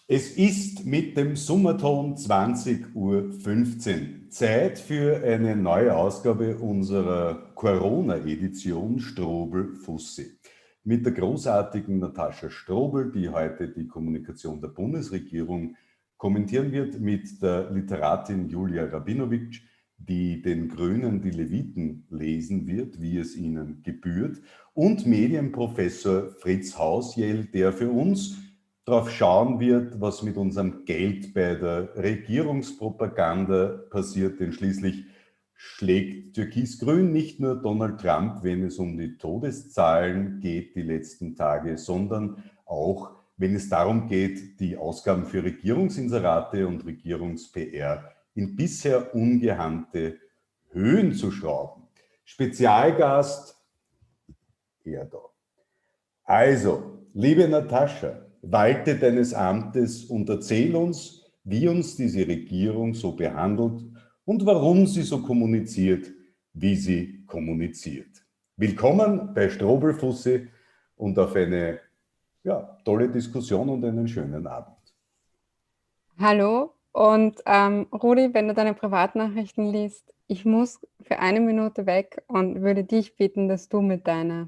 Es ist mit dem Summerton 20:15 Uhr Zeit für eine neue Ausgabe unserer Corona-Edition Strobel-Fussi. Mit der großartigen Natascha Strobel, die heute die Kommunikation der Bundesregierung kommentieren wird, mit der Literatin Julia Rabinowitsch, die den Grünen die Leviten lesen wird, wie es ihnen gebührt, und Medienprofessor Fritz Hausjell, der für uns darauf schauen wird, was mit unserem Geld bei der Regierungspropaganda passiert, denn schließlich schlägt Türkis-Grün nicht nur Donald Trump, wenn es um die Todeszahlen geht die letzten Tage, sondern auch, wenn es darum geht, die Ausgaben für Regierungsinserate und Regierungs-PR in bisher ungeahnte Höhen zu schrauben. Spezialgast, er da. Also, liebe Natascha, walte deines Amtes und erzähl uns, wie uns diese Regierung so behandelt und warum sie so kommuniziert, wie sie kommuniziert. Willkommen bei Strobelfussi und auf eine tolle Diskussion und einen schönen Abend. Hallo und Rudi, wenn du deine Privatnachrichten liest, ich muss für eine Minute weg und würde dich bitten, dass du mit deiner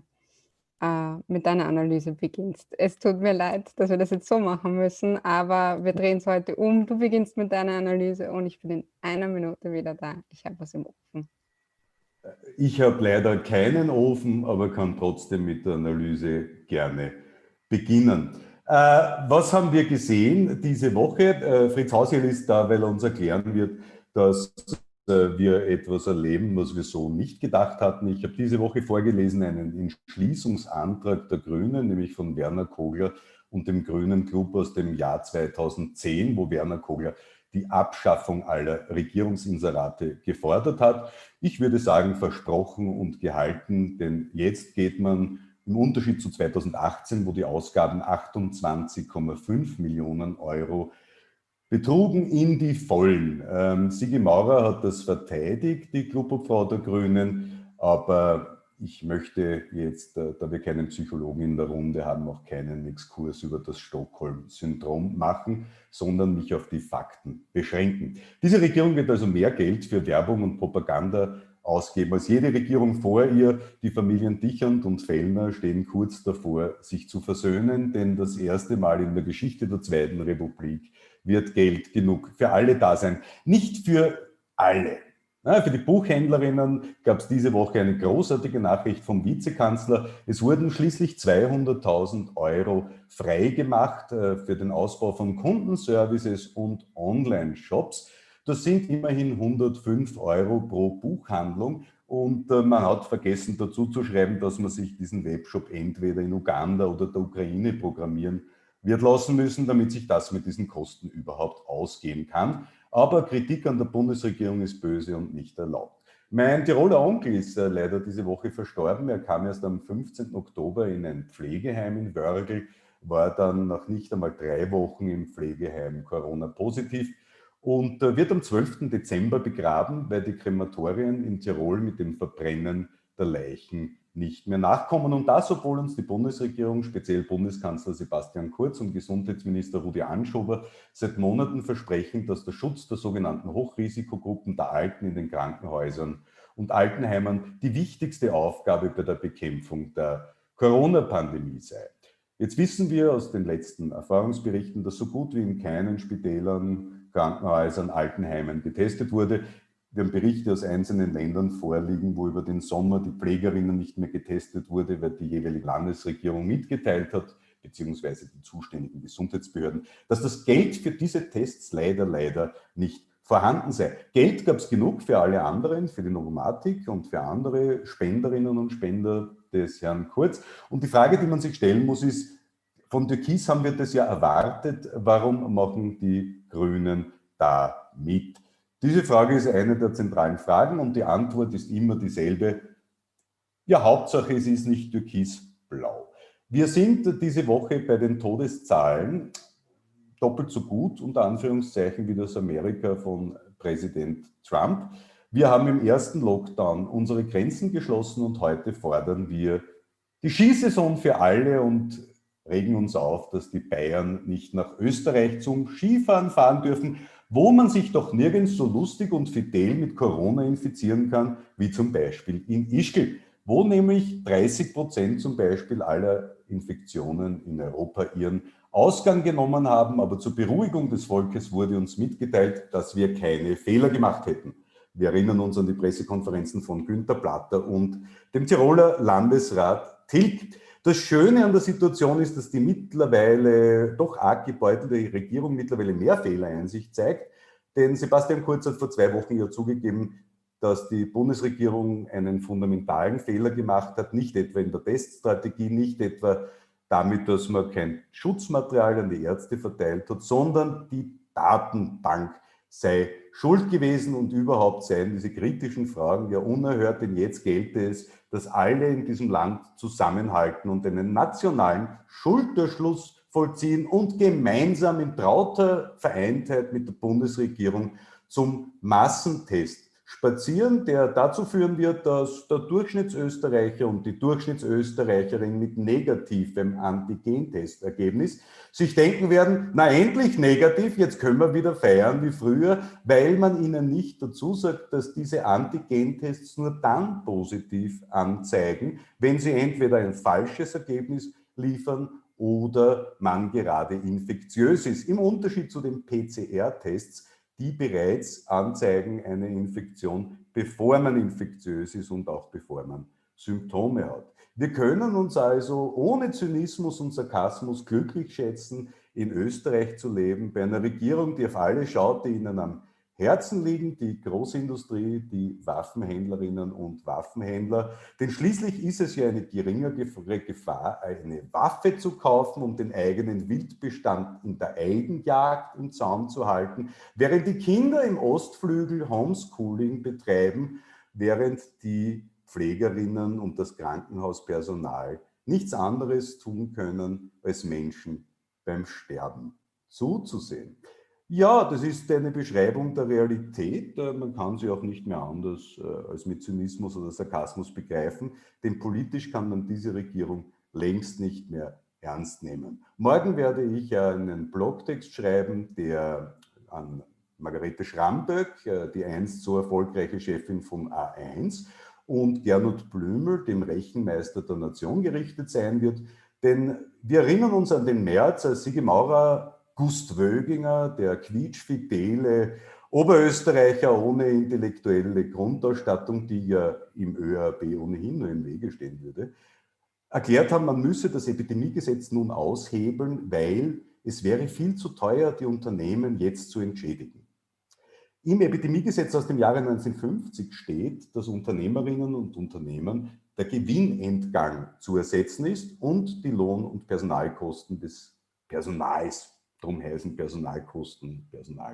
Analyse beginnst. Es tut mir leid, dass wir das jetzt so machen müssen, aber wir drehen es heute um. Du beginnst mit deiner Analyse und ich bin in einer Minute wieder da. Ich habe was im Ofen. Ich habe leider keinen Ofen, aber kann trotzdem mit der Analyse gerne beginnen. Was haben wir gesehen diese Woche? Fritz Hausjell ist da, weil er uns erklären wird, dass wir etwas erleben, was wir so nicht gedacht hatten. Ich habe diese Woche vorgelesen einen Entschließungsantrag der Grünen, nämlich von Werner Kogler und dem Grünen Club aus dem Jahr 2010, wo Werner Kogler die Abschaffung aller Regierungsinserate gefordert hat. Ich würde sagen, versprochen und gehalten, denn jetzt geht man im Unterschied zu 2018, wo die Ausgaben 28,5 Millionen Euro betrugen, in die Vollen. Sigi Maurer hat das verteidigt, die Clubobfrau der Grünen, aber ich möchte jetzt, da wir keinen Psychologen in der Runde haben, auch keinen Exkurs über das Stockholm-Syndrom machen, sondern mich auf die Fakten beschränken. Diese Regierung wird also mehr Geld für Werbung und Propaganda ausgeben als jede Regierung vor ihr. Die Familien Dichand und Fellner stehen kurz davor, sich zu versöhnen, denn das erste Mal in der Geschichte der Zweiten Republik wird Geld genug für alle da sein. Nicht für alle. Für die Buchhändlerinnen gab es diese Woche eine großartige Nachricht vom Vizekanzler. Es wurden schließlich 200.000 Euro freigemacht für den Ausbau von Kundenservices und Online-Shops. Das sind immerhin 105 Euro pro Buchhandlung. Und man hat vergessen dazu zu schreiben, dass man sich diesen Webshop entweder in Uganda oder der Ukraine programmieren wird lassen müssen, damit sich das mit diesen Kosten überhaupt ausgehen kann. Aber Kritik an der Bundesregierung ist böse und nicht erlaubt. Mein Tiroler Onkel ist leider diese Woche verstorben. Er kam erst am 15. Oktober in ein Pflegeheim in Wörgl, war dann nach nicht einmal 3 Wochen im Pflegeheim Corona-positiv und wird am 12. Dezember begraben, weil die Krematorien in Tirol mit dem Verbrennen der Leichen nicht mehr nachkommen. Und das, obwohl uns die Bundesregierung, speziell Bundeskanzler Sebastian Kurz und Gesundheitsminister Rudi Anschober seit Monaten versprechen, dass der Schutz der sogenannten Hochrisikogruppen der Alten in den Krankenhäusern und Altenheimen die wichtigste Aufgabe bei der Bekämpfung der Corona-Pandemie sei. Jetzt wissen wir aus den letzten Erfahrungsberichten, dass so gut wie in keinen Spitälern, Krankenhäusern, Altenheimen getestet wurde. Wir haben Berichte aus einzelnen Ländern vorliegen, wo über den Sommer die Pflegerinnen nicht mehr getestet wurde, weil die jeweilige Landesregierung mitgeteilt hat, beziehungsweise die zuständigen Gesundheitsbehörden, dass das Geld für diese Tests leider nicht vorhanden sei. Geld gab es genug für alle anderen, für die Novomatic und für andere Spenderinnen und Spender des Herrn Kurz. Und die Frage, die man sich stellen muss, ist, von Türkis haben wir das ja erwartet, warum machen die Grünen da mit? Diese Frage ist eine der zentralen Fragen und die Antwort ist immer dieselbe. Ja, Hauptsache, es ist nicht türkisblau. Wir sind diese Woche bei den Todeszahlen doppelt so gut, unter Anführungszeichen, wie das Amerika von Präsident Trump. Wir haben im ersten Lockdown unsere Grenzen geschlossen und heute fordern wir die Skisaison für alle und regen uns auf, dass die Bayern nicht nach Österreich zum Skifahren fahren dürfen, wo man sich doch nirgends so lustig und fidel mit Corona infizieren kann, wie zum Beispiel in Ischgl, wo nämlich 30% zum Beispiel aller Infektionen in Europa ihren Ausgang genommen haben. Aber zur Beruhigung des Volkes wurde uns mitgeteilt, dass wir keine Fehler gemacht hätten. Wir erinnern uns an die Pressekonferenzen von Günther Platter und dem Tiroler Landesrat Tilg. Das Schöne an der Situation ist, dass die mittlerweile doch arg gebeutelte Regierung mittlerweile mehr Fehlereinsicht zeigt. Denn Sebastian Kurz hat vor 2 Wochen ja zugegeben, dass die Bundesregierung einen fundamentalen Fehler gemacht hat, nicht etwa in der Teststrategie, nicht etwa damit, dass man kein Schutzmaterial an die Ärzte verteilt hat, sondern die Datenbank sei schuld gewesen und überhaupt seien diese kritischen Fragen ja unerhört, denn jetzt gelte es, dass alle in diesem Land zusammenhalten und einen nationalen Schulterschluss vollziehen und gemeinsam in trauter Vereintheit mit der Bundesregierung zum Massentest spazieren, der dazu führen wird, dass der Durchschnittsösterreicher und die Durchschnittsösterreicherin mit negativem Antigentestergebnis sich denken werden, na endlich negativ, jetzt können wir wieder feiern wie früher, weil man ihnen nicht dazu sagt, dass diese Antigentests nur dann positiv anzeigen, wenn sie entweder ein falsches Ergebnis liefern oder man gerade infektiös ist. Im Unterschied zu den PCR-Tests, die bereits anzeigen eine Infektion, bevor man infektiös ist und auch bevor man Symptome hat. Wir können uns also ohne Zynismus und Sarkasmus glücklich schätzen, in Österreich zu leben, bei einer Regierung, die auf alle schaut, die ihnen am Herzen liegen, die Großindustrie, die Waffenhändlerinnen und Waffenhändler. Denn schließlich ist es ja eine geringere Gefahr, eine Waffe zu kaufen, um den eigenen Wildbestand in der Eigenjagd im Zaum zu halten, während die Kinder im Ostflügel Homeschooling betreiben, während die Pflegerinnen und das Krankenhauspersonal nichts anderes tun können, als Menschen beim Sterben zuzusehen. Ja, das ist eine Beschreibung der Realität. Man kann sie auch nicht mehr anders als mit Zynismus oder Sarkasmus begreifen, denn politisch kann man diese Regierung längst nicht mehr ernst nehmen. Morgen werde ich einen Blogtext schreiben, der an Margarete Schramböck, die einst so erfolgreiche Chefin von A1, und Gernot Blümel, dem Rechenmeister der Nation, gerichtet sein wird. Denn wir erinnern uns an den März, als Sigi Maurer Gust Wöginger, der quietschfidele Oberösterreicher ohne intellektuelle Grundausstattung, die ja im ÖAB ohnehin nur im Wege stehen würde, erklärt haben, man müsse das Epidemiegesetz nun aushebeln, weil es wäre viel zu teuer, die Unternehmen jetzt zu entschädigen. Im Epidemiegesetz aus dem Jahre 1950 steht, dass Unternehmerinnen und Unternehmern der Gewinnentgang zu ersetzen ist und die Lohn- und Personalkosten des Personals. Darum heißen Personalkosten,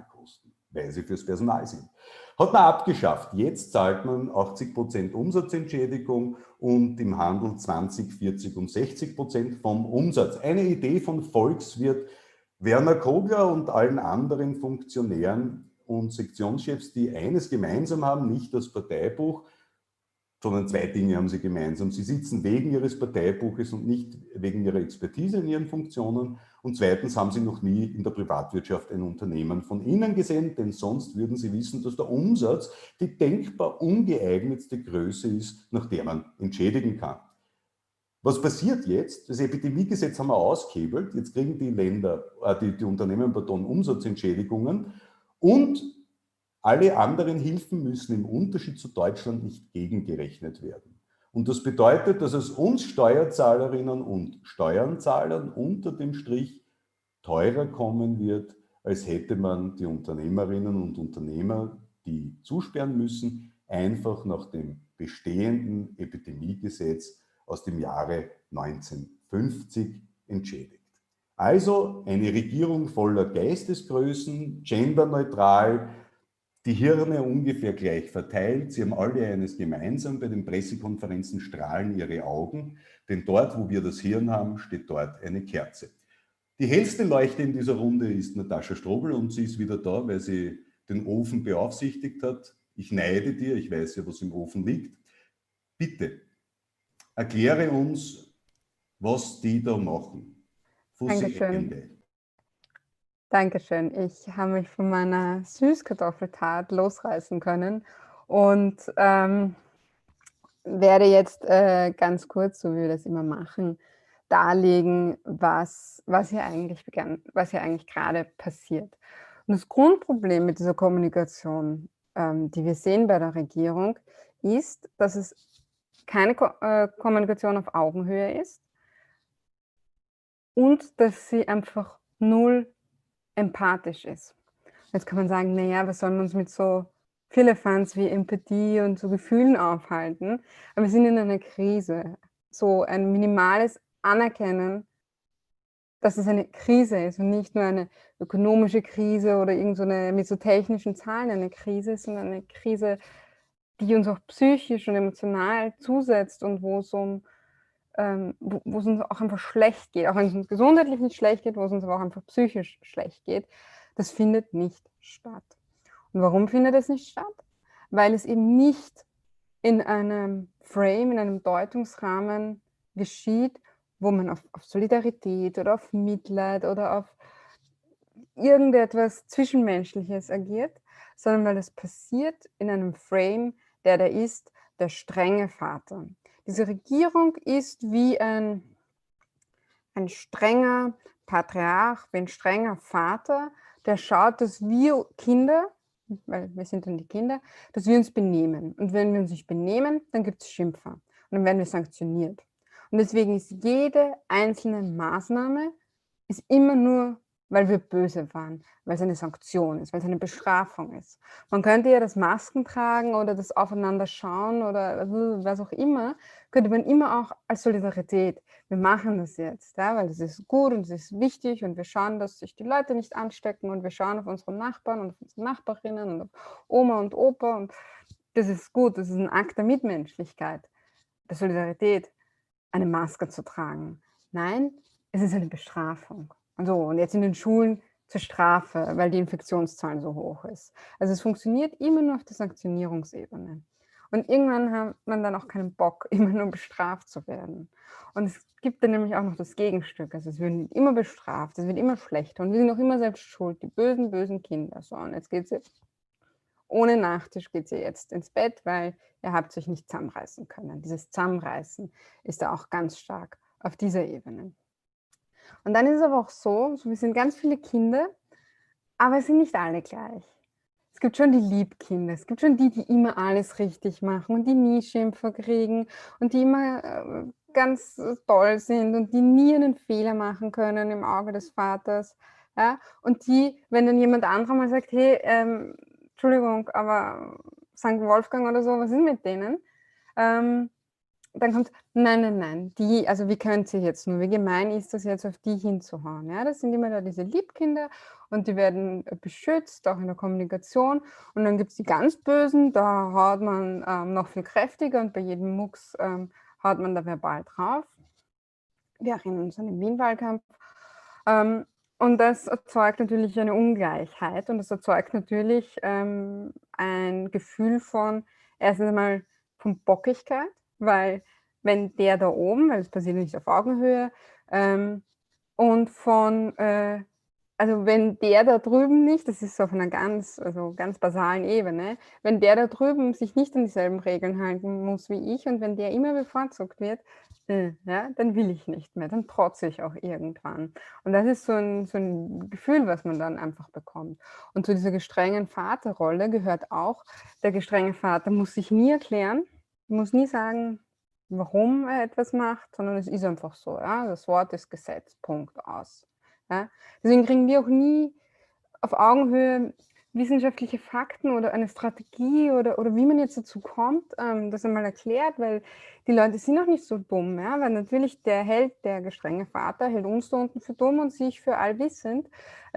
weil sie fürs Personal sind. Hat man abgeschafft. Jetzt zahlt man 80% Umsatzentschädigung und im Handel 20, 40 und 60% vom Umsatz. Eine Idee von Volkswirt Werner Kogler und allen anderen Funktionären und Sektionschefs, die eines gemeinsam haben, nicht das Parteibuch, sondern 2 Dinge haben sie gemeinsam. Sie sitzen wegen ihres Parteibuches und nicht wegen ihrer Expertise in ihren Funktionen. Und zweitens haben sie noch nie in der Privatwirtschaft ein Unternehmen von innen gesehen, denn sonst würden sie wissen, dass der Umsatz die denkbar ungeeignetste Größe ist, nach der man entschädigen kann. Was passiert jetzt? Das Epidemiegesetz haben wir ausgehebelt. Jetzt kriegen die Länder, die Unternehmen, Umsatzentschädigungen und alle anderen Hilfen müssen im Unterschied zu Deutschland nicht gegengerechnet werden. Und das bedeutet, dass es uns Steuerzahlerinnen und Steuerzahlern unter dem Strich teurer kommen wird, als hätte man die Unternehmerinnen und Unternehmer, die zusperren müssen, einfach nach dem bestehenden Epidemiegesetz aus dem Jahre 1950 entschädigt. Also eine Regierung voller Geistesgrößen, genderneutral, die Hirne ungefähr gleich verteilt. Sie haben alle eines gemeinsam. Bei den Pressekonferenzen strahlen ihre Augen, denn dort, wo wir das Hirn haben, steht dort eine Kerze. Die hellste Leuchte in dieser Runde ist Natascha Strobl und sie ist wieder da, weil sie den Ofen beaufsichtigt hat. Ich neide dir, ich weiß ja, was im Ofen liegt. Bitte, erkläre uns, was die da machen. Dankeschön. Ende. Dankeschön. Ich habe mich von meiner Süßkartoffeltat losreißen können und werde jetzt ganz kurz, so wie wir das immer machen, darlegen, was hier eigentlich was hier eigentlich gerade passiert. Und das Grundproblem mit dieser Kommunikation, die wir sehen bei der Regierung, ist, dass es keine Kommunikation auf Augenhöhe ist und dass sie einfach null empathisch ist. Jetzt kann man sagen, naja, was sollen wir uns mit so Firlefanz wie Empathie und so Gefühlen aufhalten? Aber wir sind in einer Krise. So ein minimales Anerkennen, dass es eine Krise ist und nicht nur eine ökonomische Krise oder irgend so eine mit so technischen Zahlen eine Krise, sondern eine Krise, die uns auch psychisch und emotional zusetzt und wo es wo es uns auch einfach schlecht geht, auch wenn es uns gesundheitlich nicht schlecht geht, wo es uns aber auch einfach psychisch schlecht geht, das findet nicht statt. Und warum findet es nicht statt? Weil es eben nicht in einem Frame, in einem Deutungsrahmen geschieht, wo man auf Solidarität oder auf Mitleid oder auf irgendetwas Zwischenmenschliches agiert, sondern weil es passiert in einem Frame, der ist der strenge Vater. Diese Regierung ist wie ein strenger Patriarch, wie ein strenger Vater, der schaut, dass wir Kinder, weil wir sind dann die Kinder, dass wir uns benehmen. Und wenn wir uns nicht benehmen, dann gibt es Schimpfer. Und dann werden wir sanktioniert. Und deswegen ist jede einzelne Maßnahme ist immer nur, weil wir böse waren, weil es eine Sanktion ist, weil es eine Bestrafung ist. Man könnte ja das Masken tragen oder das Aufeinander schauen oder was auch immer, könnte man immer auch als Solidarität, wir machen das jetzt, ja, weil das ist gut und es ist wichtig und wir schauen, dass sich die Leute nicht anstecken und wir schauen auf unsere Nachbarn und auf unsere Nachbarinnen und auf Oma und Opa und das ist gut, das ist ein Akt der Mitmenschlichkeit, der Solidarität, eine Maske zu tragen. Nein, es ist eine Bestrafung. Und so, und jetzt in den Schulen zur Strafe, weil die Infektionszahlen so hoch ist. Also es funktioniert immer nur auf der Sanktionierungsebene. Und irgendwann hat man dann auch keinen Bock, immer nur bestraft zu werden. Und es gibt dann nämlich auch noch das Gegenstück. Also es wird immer bestraft, es wird immer schlechter und wir sind auch immer selbst schuld, die bösen, bösen Kinder. So, und jetzt geht sie ohne Nachtisch geht sie jetzt ins Bett, weil ihr habt euch nicht zusammenreißen können. Dieses Zusammenreißen ist da auch ganz stark auf dieser Ebene. Und dann ist es aber auch so wir sind ganz viele Kinder, aber es sind nicht alle gleich. Es gibt schon die Liebkinder, es gibt schon die immer alles richtig machen und die nie Schimpfer kriegen und die immer ganz toll sind und die nie einen Fehler machen können im Auge des Vaters. Ja? Und die, wenn dann jemand anderer mal sagt, hey, Entschuldigung, aber St. Wolfgang oder so, was ist mit denen? Dann kommt, nein, also wie könnt ihr jetzt nur, wie gemein ist das jetzt, auf die hinzuhauen? Ja, das sind immer da diese Liebkinder und die werden beschützt, auch in der Kommunikation. Und dann gibt es die ganz Bösen, da haut man noch viel kräftiger und bei jedem Mucks haut man da verbal drauf. Wir erinnern uns an den Wien-Wahlkampf. Und das erzeugt natürlich eine Ungleichheit und das erzeugt natürlich ein Gefühl von, erstens einmal von Bockigkeit, weil wenn der da oben, weil es passiert nicht auf Augenhöhe, und von, also wenn der da drüben nicht, das ist auf einer ganz basalen Ebene, wenn der da drüben sich nicht an dieselben Regeln halten muss wie ich und wenn der immer bevorzugt wird, ja, dann will ich nicht mehr, dann trotze ich auch irgendwann. Und das ist so ein Gefühl, was man dann einfach bekommt. Und zu dieser gestrengen Vaterrolle gehört auch, der gestrenge Vater muss sich nie erklären, muss nie sagen, warum er etwas macht, sondern es ist einfach so. Ja? Das Wort ist Gesetz, Punkt, aus. Ja? Deswegen kriegen wir auch nie auf Augenhöhe wissenschaftliche Fakten oder eine Strategie oder wie man jetzt dazu kommt, das einmal erklärt, weil die Leute sind noch nicht so dumm, ja? Weil natürlich der gestrenge Vater hält uns da unten für dumm und sich für allwissend.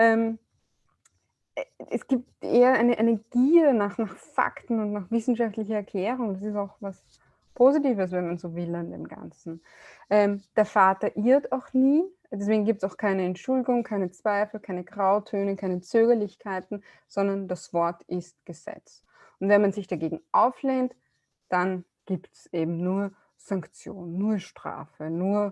Es gibt eher eine Gier nach Fakten und nach wissenschaftlicher Erklärung. Das ist auch was Positives, wenn man so will, an dem Ganzen. Der Vater irrt auch nie, deswegen gibt es auch keine Entschuldigung, keine Zweifel, keine Grautöne, keine Zögerlichkeiten, sondern das Wort ist Gesetz. Und wenn man sich dagegen auflehnt, dann gibt es eben nur Sanktion, nur Strafe, nur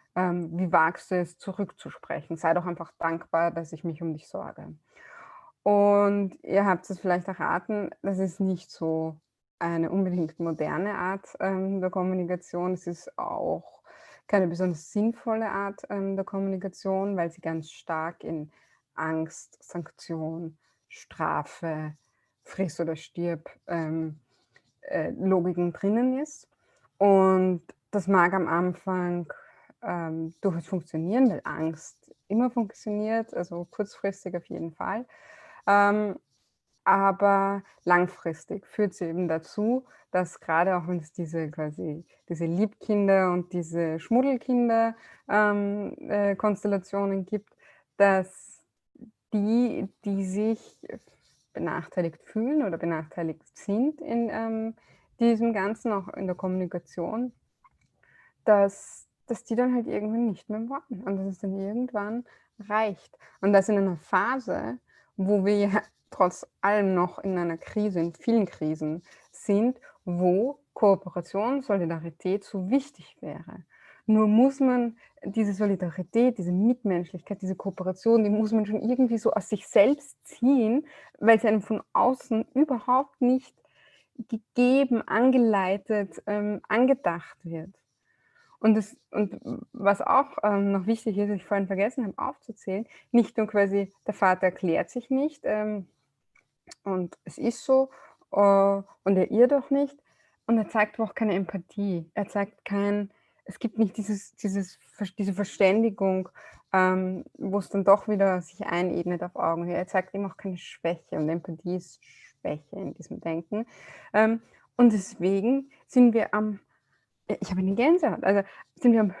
Wie wagst du es, zurückzusprechen? Sei doch einfach dankbar, dass ich mich um dich sorge. Und ihr habt es vielleicht erraten, das ist nicht so eine unbedingt moderne Art, der Kommunikation. Es ist auch keine besonders sinnvolle Art, der Kommunikation, weil sie ganz stark in Angst, Sanktion, Strafe, friss oder stirb, Logiken drinnen ist. Und das mag am Anfang durchaus funktionieren, weil Angst immer funktioniert, also kurzfristig auf jeden Fall. Ähm, aber langfristig führt sie eben dazu, dass gerade auch wenn es diese Liebkinder und diese Schmuddelkinder Konstellationen gibt, dass die sich benachteiligt fühlen oder benachteiligt sind in diesem Ganzen, auch in der Kommunikation, dass die dann halt irgendwann nicht mehr wollen und dass es dann irgendwann reicht. Und das in einer Phase, wo wir ja trotz allem noch in einer Krise, in vielen Krisen sind, wo Kooperation, Solidarität so wichtig wäre. Nur muss man diese Solidarität, diese Mitmenschlichkeit, diese Kooperation, die muss man schon irgendwie so aus sich selbst ziehen, weil sie einem von außen überhaupt nicht gegeben, angeleitet, angedacht wird. Und was auch noch wichtig ist, was ich vorhin vergessen habe aufzuzählen, nicht nur quasi der Vater erklärt sich nicht und es ist so und er ihr doch nicht und er zeigt aber auch keine Empathie. Er zeigt es gibt nicht diese Verständigung, wo es dann doch wieder sich einebnet auf Augenhöhe. Er zeigt ihm auch keine Schwäche und Empathie ist Schwäche in diesem Denken. Und deswegen sind wir ich habe eine Gänsehaut. Also sind wir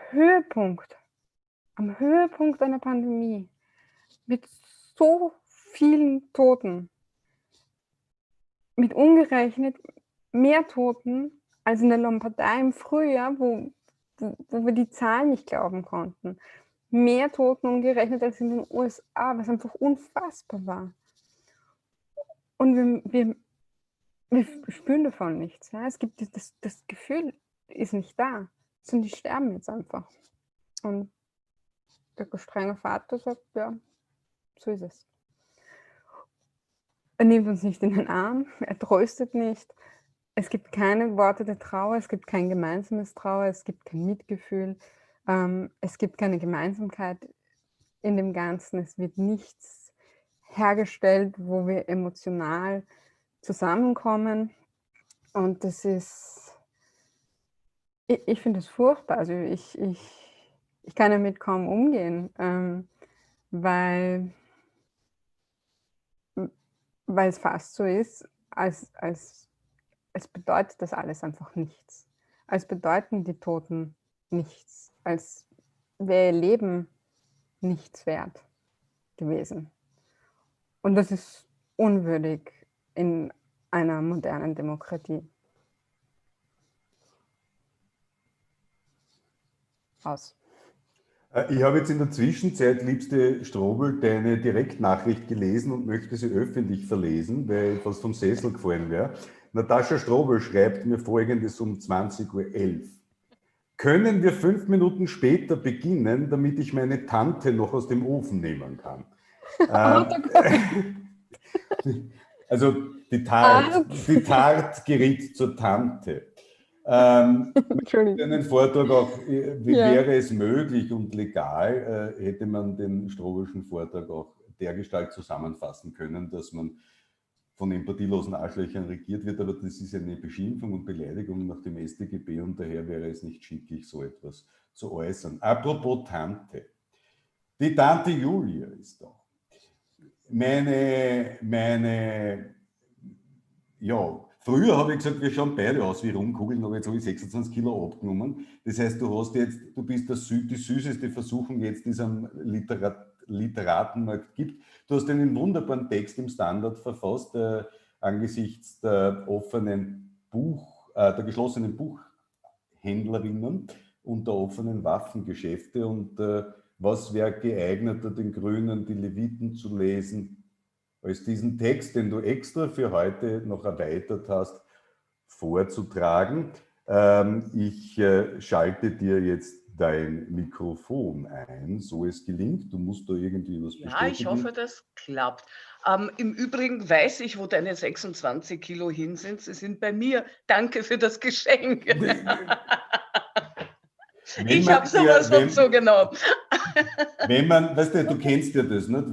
am Höhepunkt einer Pandemie mit so vielen Toten, mit umgerechnet mehr Toten als in der Lombardei im Frühjahr, wo wir die Zahlen nicht glauben konnten. Mehr Toten umgerechnet als in den USA, was einfach unfassbar war. Und wir spüren davon nichts. Ja? Es gibt das Gefühl, ist nicht da, sondern die sterben jetzt einfach. Und der strenge Vater sagt, ja, so ist es. Er nimmt uns nicht in den Arm, er tröstet nicht. Es gibt keine Worte der Trauer, es gibt kein gemeinsames Trauer, es gibt kein Mitgefühl, es gibt keine Gemeinsamkeit in dem Ganzen. Es wird nichts hergestellt, wo wir emotional zusammenkommen. Und das ist, ich finde es furchtbar. Also ich kann damit kaum umgehen, weil es fast so ist, als bedeutet das alles einfach nichts. Als bedeuten die Toten nichts. Als wäre ihr Leben nichts wert gewesen. Und das ist unwürdig in einer modernen Demokratie. Aus. Ich habe jetzt in der Zwischenzeit, liebste Strobel, deine Direktnachricht gelesen und möchte sie öffentlich verlesen, weil etwas vom Sessel gefallen wäre. Natascha Strobel schreibt mir Folgendes um 20:11 Uhr. Können wir 5 Minuten später beginnen, damit ich meine Tante noch aus dem Ofen nehmen kann? Also die Tat geriet zur Tante. Einen Vortrag auch, wie wäre es möglich und legal, hätte man den Strobelschen Vortrag auch dergestalt zusammenfassen können, dass man von empathielosen Arschlöchern regiert wird, aber das ist eine Beschimpfung und Beleidigung nach dem StGB und daher wäre es nicht schicklich, so etwas zu äußern. Apropos Tante. Die Tante Julia ist da. Früher habe ich gesagt, wir schauen beide aus wie Rumkugeln, aber jetzt habe ich 26 Kilo abgenommen. Das heißt, du bist die süßeste Versuchung jetzt, die es am Literatenmarkt gibt. Du hast einen wunderbaren Text im Standard verfasst, angesichts der der geschlossenen Buchhändlerinnen und der offenen Waffengeschäfte. Und was wäre geeigneter, den Grünen die Leviten zu lesen, als diesen Text, den du extra für heute noch erweitert hast, vorzutragen. Ich schalte dir jetzt dein Mikrofon ein, so es gelingt. Du musst da irgendwie was Ja, ich hoffe, bestätigen. das klappt. Im Übrigen weiß ich, wo deine 26 Kilo hin sind. Sie sind bei mir. Danke für das Geschenk. Wenn Ich habe man dir, sowas von zugenommen. wenn man, weißt du, du kennst ja das, nicht?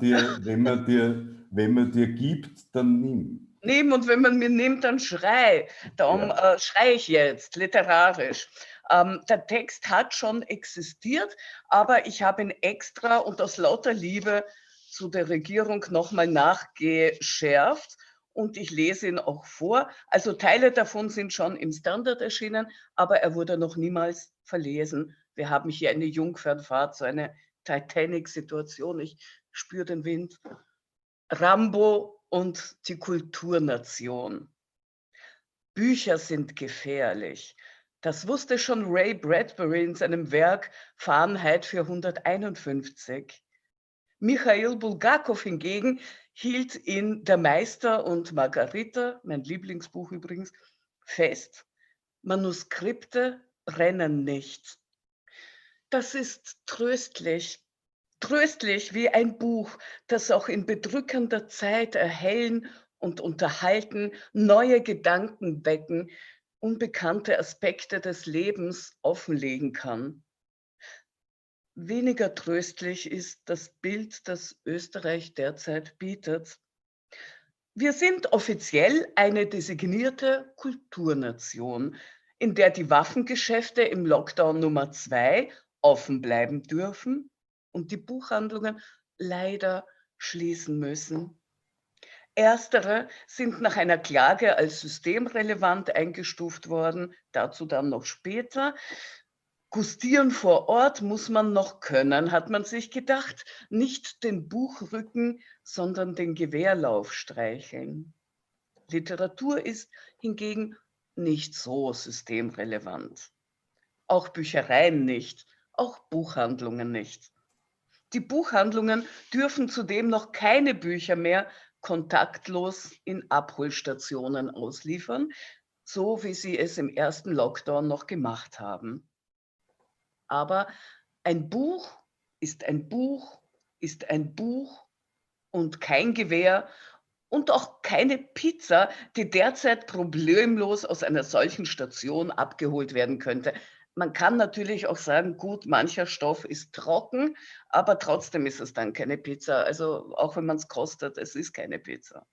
Wenn man dir gibt, dann nimm. Nehmen und wenn man mir nimmt, dann schrei. Darum Ja. schrei ich jetzt, literarisch. Der Text hat schon existiert, aber ich habe ihn extra und aus lauter Liebe zu der Regierung nochmal nachgeschärft und ich lese ihn auch vor. Also Teile davon sind schon im Standard erschienen, aber er wurde noch niemals verlesen. Wir haben hier eine Jungfernfahrt, so eine Titanic-Situation. Ich spüre den Wind. Rambo und die Kulturnation. Bücher sind gefährlich. Das wusste schon Ray Bradbury in seinem Werk Fahrenheit 451. Michail Bulgakow hingegen hielt in Der Meister und Margarita, mein Lieblingsbuch übrigens, fest: Manuskripte brennen nicht. Das ist tröstlich. Tröstlich wie ein Buch, das auch in bedrückender Zeit erhellen und unterhalten, neue Gedanken wecken, unbekannte Aspekte des Lebens offenlegen kann. Weniger tröstlich ist das Bild, das Österreich derzeit bietet. Wir sind offiziell eine designierte Kulturnation, in der die Waffengeschäfte im Lockdown Nummer 2 offen bleiben dürfen und die Buchhandlungen leider schließen müssen. Erstere sind nach einer Klage als systemrelevant eingestuft worden, dazu dann noch später. Gustieren vor Ort muss man noch können, hat man sich gedacht, nicht den Buchrücken, sondern den Gewehrlauf streicheln. Literatur ist hingegen nicht so systemrelevant. Auch Büchereien nicht, auch Buchhandlungen nicht. Die Buchhandlungen dürfen zudem noch keine Bücher mehr kontaktlos in Abholstationen ausliefern, so wie sie es im ersten Lockdown noch gemacht haben. Aber ein Buch ist ein Buch, ist ein Buch und kein Gewehr und auch keine Pizza, die derzeit problemlos aus einer solchen Station abgeholt werden könnte. Man kann natürlich auch sagen, gut, mancher Stoff ist trocken, aber trotzdem ist es dann keine Pizza. Also auch wenn man es kostet, es ist keine Pizza.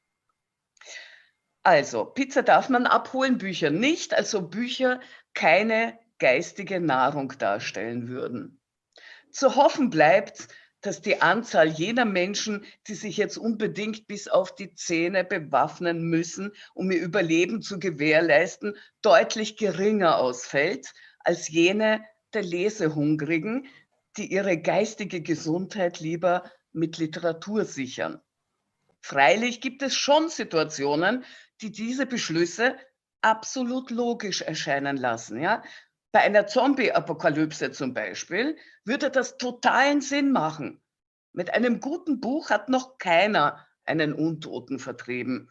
Also, Pizza darf man abholen, Bücher nicht, also Bücher keine geistige Nahrung darstellen würden. Zu hoffen bleibt, dass die Anzahl jener Menschen, die sich jetzt unbedingt bis auf die Zähne bewaffnen müssen, um ihr Überleben zu gewährleisten, deutlich geringer ausfällt als jene der Lesehungrigen, die ihre geistige Gesundheit lieber mit Literatur sichern. Freilich gibt es schon Situationen, die diese Beschlüsse absolut logisch erscheinen lassen. Ja? Bei einer Zombie-Apokalypse zum Beispiel würde das totalen Sinn machen. Mit einem guten Buch hat noch keiner einen Untoten vertrieben.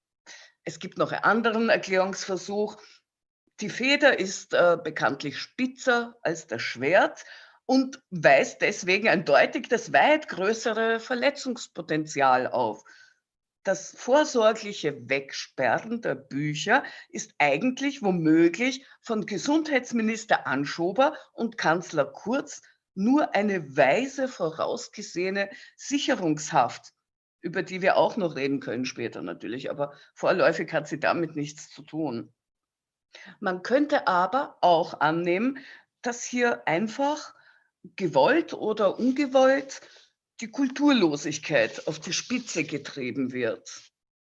Es gibt noch einen anderen Erklärungsversuch. Die Feder ist bekanntlich spitzer als das Schwert und weist deswegen eindeutig das weit größere Verletzungspotenzial auf. Das vorsorgliche Wegsperren der Bücher ist eigentlich womöglich von Gesundheitsminister Anschober und Kanzler Kurz nur eine weise vorausgesehene Sicherungshaft, über die wir auch noch reden können später natürlich, aber vorläufig hat sie damit nichts zu tun. Man könnte aber auch annehmen, dass hier einfach gewollt oder ungewollt die Kulturlosigkeit auf die Spitze getrieben wird.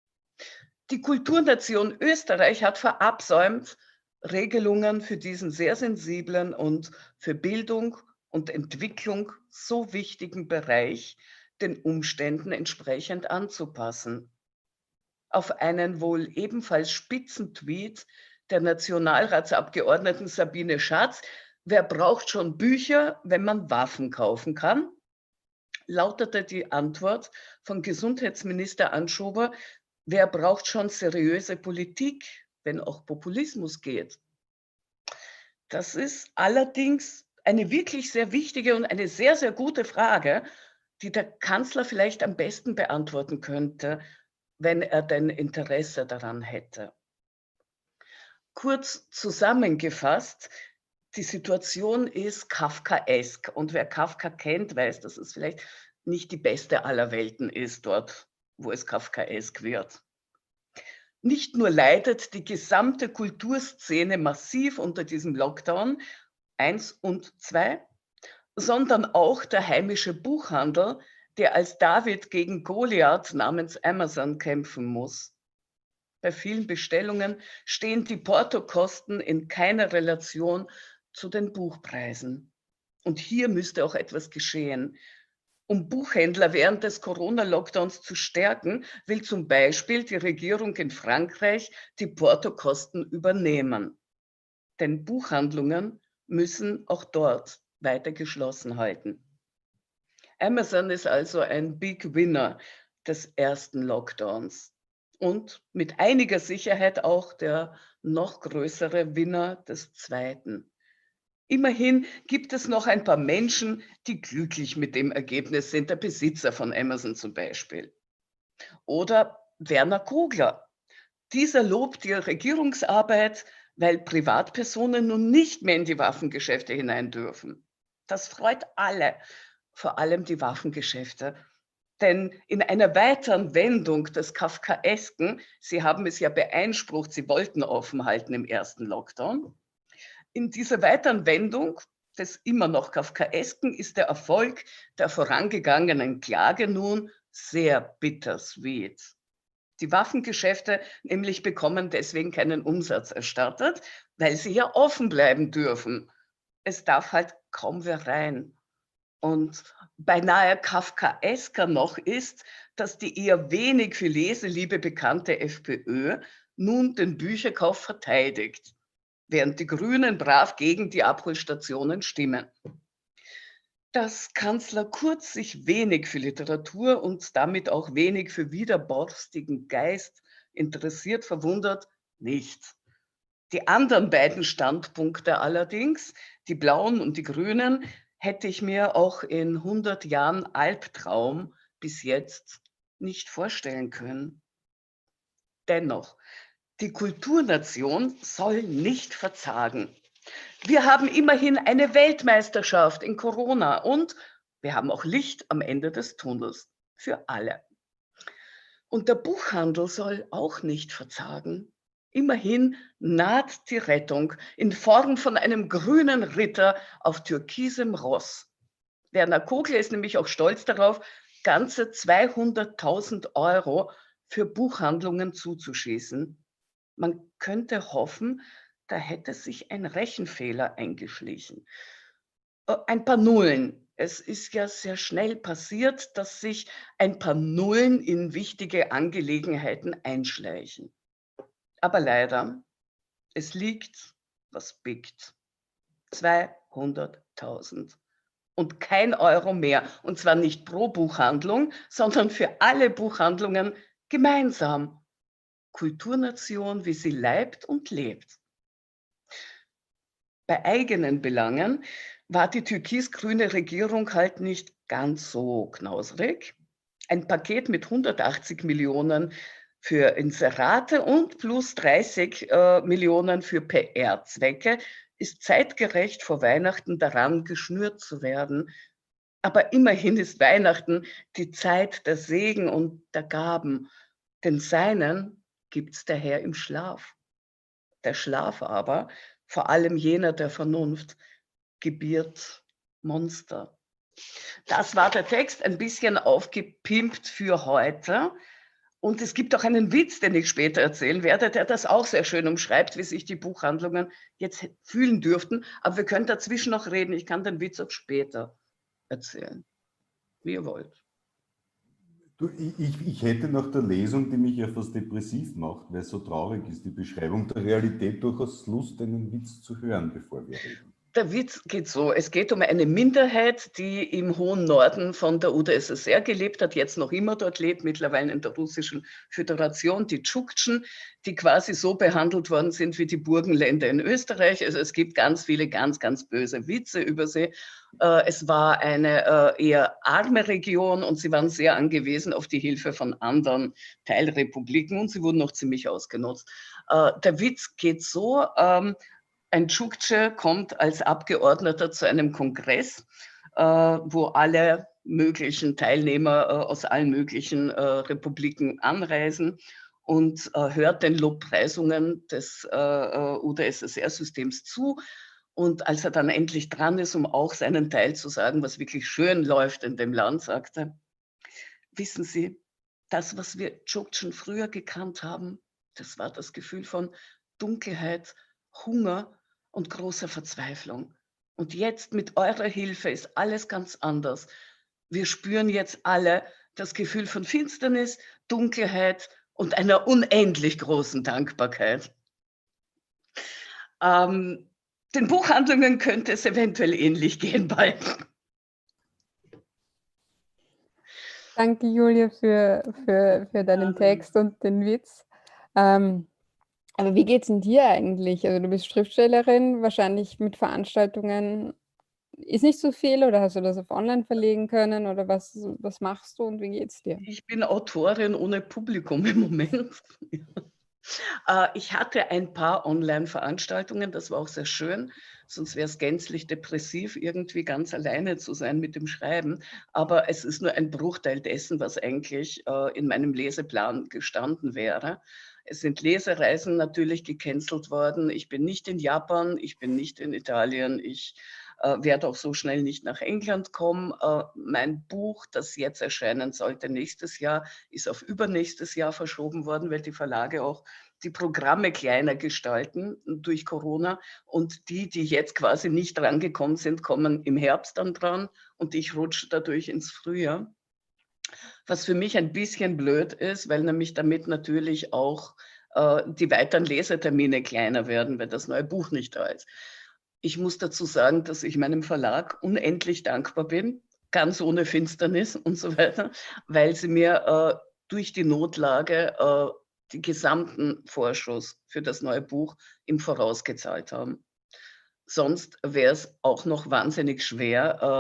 Die Kulturnation Österreich hat verabsäumt, Regelungen für diesen sehr sensiblen und für Bildung und Entwicklung so wichtigen Bereich den Umständen entsprechend anzupassen. Auf einen wohl ebenfalls spitzen Tweet der Nationalratsabgeordneten Sabine Schatz: Wer braucht schon Bücher, wenn man Waffen kaufen kann? Lautete die Antwort von Gesundheitsminister Anschober: Wer braucht schon seriöse Politik, wenn auch Populismus geht? Das ist allerdings eine wirklich sehr wichtige und eine sehr, sehr gute Frage, die der Kanzler vielleicht am besten beantworten könnte, wenn er denn Interesse daran hätte. Kurz zusammengefasst, die Situation ist kafkaesk. Und wer Kafka kennt, weiß, dass es vielleicht nicht die beste aller Welten ist, dort, wo es kafkaesk wird. Nicht nur leidet die gesamte Kulturszene massiv unter diesem Lockdown 1 und 2, sondern auch der heimische Buchhandel, der als David gegen Goliath namens Amazon kämpfen muss. Bei vielen Bestellungen stehen die Portokosten in keiner Relation zu den Buchpreisen. Und hier müsste auch etwas geschehen. Um Buchhändler während des Corona-Lockdowns zu stärken, will zum Beispiel die Regierung in Frankreich die Portokosten übernehmen. Denn Buchhandlungen müssen auch dort weiter geschlossen halten. Amazon ist also ein Big Winner des ersten Lockdowns und mit einiger Sicherheit auch der noch größere Winner des zweiten. Immerhin gibt es noch ein paar Menschen, die glücklich mit dem Ergebnis sind, der Besitzer von Amazon zum Beispiel. Oder Werner Kogler. Dieser lobt die Regierungsarbeit, weil Privatpersonen nun nicht mehr in die Waffengeschäfte hinein dürfen. Das freut alle, vor allem die Waffengeschäfte. Denn in einer weiteren Wendung des Kafkaesken, Sie haben es ja beeinsprucht, Sie wollten offen halten im ersten Lockdown, in dieser weiteren Wendung des immer noch Kafkaesken ist der Erfolg der vorangegangenen Klage nun sehr bittersweet. Die Waffengeschäfte nämlich bekommen deswegen keinen Umsatz erstattet, weil sie ja offen bleiben dürfen. Es darf halt kaum wer rein. Und beinahe kafkaesker noch ist, dass die eher wenig für Leseliebe bekannte FPÖ nun den Bücherkauf verteidigt, während die Grünen brav gegen die Abholstationen stimmen. Dass Kanzler Kurz sich wenig für Literatur und damit auch wenig für widerborstigen Geist interessiert, verwundert nicht. Die anderen beiden Standpunkte allerdings, die Blauen und die Grünen, hätte ich mir auch in 100 Jahren Albtraum bis jetzt nicht vorstellen können. Dennoch, die Kulturnation soll nicht verzagen. Wir haben immerhin eine Weltmeisterschaft in Corona und wir haben auch Licht am Ende des Tunnels für alle. Und der Buchhandel soll auch nicht verzagen. Immerhin naht die Rettung in Form von einem grünen Ritter auf türkisem Ross. Werner Kogler ist nämlich auch stolz darauf, ganze 200.000 € für Buchhandlungen zuzuschießen. Man könnte hoffen, da hätte sich ein Rechenfehler eingeschlichen. Ein paar Nullen. Es ist ja sehr schnell passiert, dass sich ein paar Nullen in wichtige Angelegenheiten einschleichen. Aber leider, es liegt, was biegt. 200.000. Und kein Euro mehr. Und zwar nicht pro Buchhandlung, sondern für alle Buchhandlungen gemeinsam. Kulturnation, wie sie leibt und lebt. Bei eigenen Belangen war die türkis-grüne Regierung halt nicht ganz so knausrig. Ein Paket mit 180 Millionen für Inserate und plus 30 Millionen für PR-Zwecke ist zeitgerecht vor Weihnachten daran geschnürt zu werden. Aber immerhin ist Weihnachten die Zeit der Segen und der Gaben. Den Seinen gibt's der Herr im Schlaf. Der Schlaf aber, vor allem jener der Vernunft, gebiert Monster. Das war der Text, ein bisschen aufgepimpt für heute. Und es gibt auch einen Witz, den ich später erzählen werde, der das auch sehr schön umschreibt, wie sich die Buchhandlungen jetzt fühlen dürften. Aber wir können dazwischen noch reden. Ich kann den Witz auch später erzählen, wie ihr wollt. Du, ich hätte nach der Lesung, die mich ja fast depressiv macht, weil es so traurig ist, die Beschreibung der Realität, durchaus Lust, einen Witz zu hören, bevor wir reden. Der Witz geht so, es geht um eine Minderheit, die im hohen Norden von der UdSSR gelebt hat, jetzt noch immer dort lebt, mittlerweile in der Russischen Föderation, die Tschuktschen, die quasi so behandelt worden sind wie die Burgenländer in Österreich. Also es gibt ganz viele ganz, ganz böse Witze über sie. Es war eine eher arme Region und sie waren sehr angewiesen auf die Hilfe von anderen Teilrepubliken und sie wurden noch ziemlich ausgenutzt. Der Witz geht so, ein Tschuktche kommt als Abgeordneter zu einem Kongress, wo alle möglichen Teilnehmer aus allen möglichen Republiken anreisen und hört den Lobpreisungen des UdSSR-Systems zu. Und als er dann endlich dran ist, um auch seinen Teil zu sagen, was wirklich schön läuft in dem Land, sagt er, wissen Sie, das, was wir Tschuktschen früher gekannt haben, das war das Gefühl von Dunkelheit, Hunger und großer Verzweiflung. Und jetzt mit eurer Hilfe ist alles ganz anders. Wir spüren jetzt alle das Gefühl von Finsternis, Dunkelheit und einer unendlich großen Dankbarkeit. Den Buchhandlungen könnte es eventuell ähnlich gehen bald. Danke, Julia, für deinen Text und den Witz. Aber wie geht's denn dir eigentlich? Also du bist Schriftstellerin, wahrscheinlich mit Veranstaltungen ist nicht so viel oder hast du das auf online verlegen können oder was machst du und wie geht's dir? Ich bin Autorin ohne Publikum im Moment. Ich hatte ein paar Online-Veranstaltungen, das war auch sehr schön, sonst wäre es gänzlich depressiv, irgendwie ganz alleine zu sein mit dem Schreiben. Aber es ist nur ein Bruchteil dessen, was eigentlich in meinem Leseplan gestanden wäre. Es sind Lesereisen natürlich gecancelt worden. Ich bin nicht in Japan, ich bin nicht in Italien, ich werde auch so schnell nicht nach England kommen. Mein Buch, das jetzt erscheinen sollte nächstes Jahr, ist auf übernächstes Jahr verschoben worden, weil die Verlage auch die Programme kleiner gestalten durch Corona. Und die jetzt quasi nicht drangekommen sind, kommen im Herbst dann dran und ich rutsche dadurch ins Frühjahr. Was für mich ein bisschen blöd ist, weil nämlich damit natürlich auch die weiteren Lesetermine kleiner werden, wenn das neue Buch nicht da ist. Ich muss dazu sagen, dass ich meinem Verlag unendlich dankbar bin, ganz ohne Finsternis und so weiter, weil sie mir durch die Notlage die gesamten Vorschuss für das neue Buch im Voraus gezahlt haben. Sonst wäre es auch noch wahnsinnig schwer,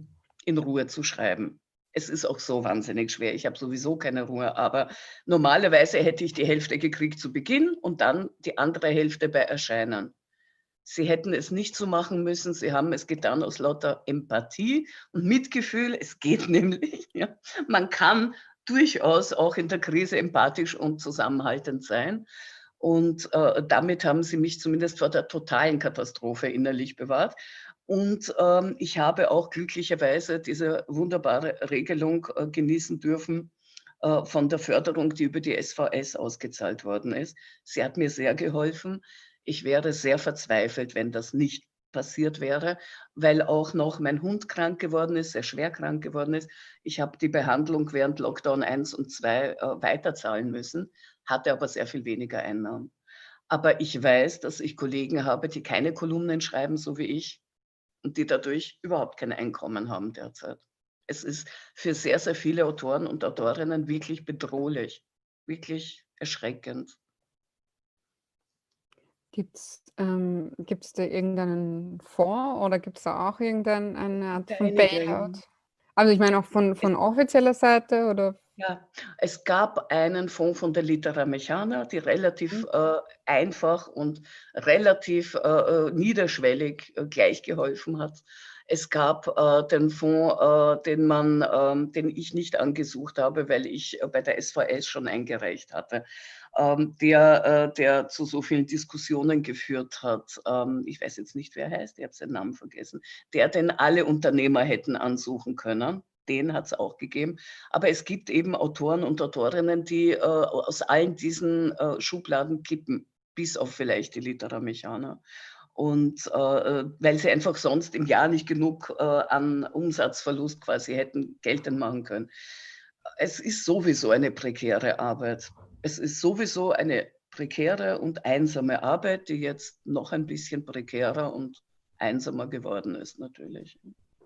in Ruhe zu schreiben. Es ist auch so wahnsinnig schwer. Ich habe sowieso keine Ruhe, aber normalerweise hätte ich die Hälfte gekriegt zu Beginn und dann die andere Hälfte bei Erscheinen. Sie hätten es nicht so machen müssen. Sie haben es getan aus lauter Empathie und Mitgefühl. Es geht nämlich. Ja. Man kann durchaus auch in der Krise empathisch und zusammenhaltend sein. Und damit haben sie mich zumindest vor der totalen Katastrophe innerlich bewahrt. Und ich habe auch glücklicherweise diese wunderbare Regelung genießen dürfen von der Förderung, die über die SVS ausgezahlt worden ist. Sie hat mir sehr geholfen. Ich wäre sehr verzweifelt, wenn das nicht passiert wäre, weil auch noch mein Hund krank geworden ist, sehr schwer krank geworden ist. Ich habe die Behandlung während Lockdown 1 und 2 weiterzahlen müssen, hatte aber sehr viel weniger Einnahmen. Aber ich weiß, dass ich Kollegen habe, die keine Kolumnen schreiben, so wie ich, und die dadurch überhaupt kein Einkommen haben derzeit. Es ist für sehr, sehr viele Autoren und Autorinnen wirklich bedrohlich, wirklich erschreckend. Gibt's da irgendeinen Fonds oder gibt es da auch irgendeine Art von Einige, Bailout? Also ich meine auch von offizieller Seite oder? ja, es gab einen Fonds von der Litera Mechana, die relativ einfach und relativ niederschwellig gleich geholfen hat. Es gab den Fonds, den ich nicht angesucht habe, weil ich bei der SVS schon eingereicht hatte, der zu so vielen Diskussionen geführt hat. Ich weiß jetzt nicht, wer er heißt, ich habe seinen Namen vergessen, den alle Unternehmer hätten ansuchen können. Den hat es auch gegeben. Aber es gibt eben Autoren und Autorinnen, die aus allen diesen Schubladen kippen, bis auf vielleicht die Litera Mechana. Und weil sie einfach sonst im Jahr nicht genug an Umsatzverlust quasi hätten geltend machen können. Es ist sowieso eine prekäre Arbeit. Es ist sowieso eine prekäre und einsame Arbeit, die jetzt noch ein bisschen prekärer und einsamer geworden ist natürlich.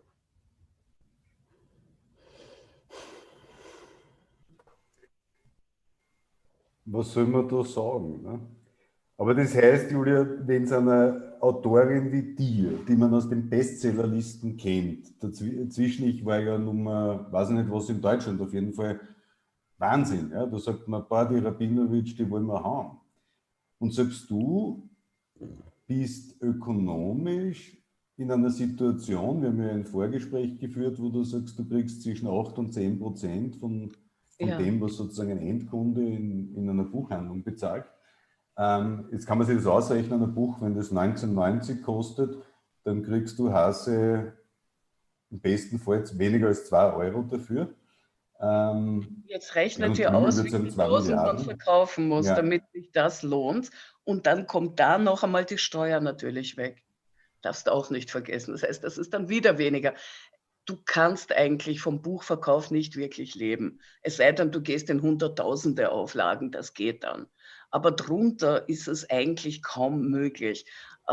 Was soll man da sagen? Ne? Aber das heißt, Julia, wenn es einer Autorin wie dir, die man aus den Bestsellerlisten kennt, dazwischen, ich war ja Nummer, weiß ich nicht was in Deutschland, auf jeden Fall Wahnsinn. Ja? Da sagt man, die Rabinowitsch, die wollen wir haben. Und selbst du bist ökonomisch in einer Situation, wir haben ja ein Vorgespräch geführt, wo du sagst, du kriegst zwischen 8 und 10% von dem, was sozusagen ein Endkunde in einer Buchhandlung bezahlt. Jetzt kann man sich das ausrechnen, ein Buch, wenn das 19,90 kostet, dann kriegst du Hase im besten Fall weniger als 2 Euro dafür. Jetzt rechnet ihr aus, wie viel Tausend man verkaufen muss, damit sich das lohnt. Und dann kommt da noch einmal die Steuer natürlich weg. Darfst du auch nicht vergessen. Das heißt, das ist dann wieder weniger. Du kannst eigentlich vom Buchverkauf nicht wirklich leben. Es sei denn, du gehst in Hunderttausende Auflagen, das geht dann. Aber drunter ist es eigentlich kaum möglich.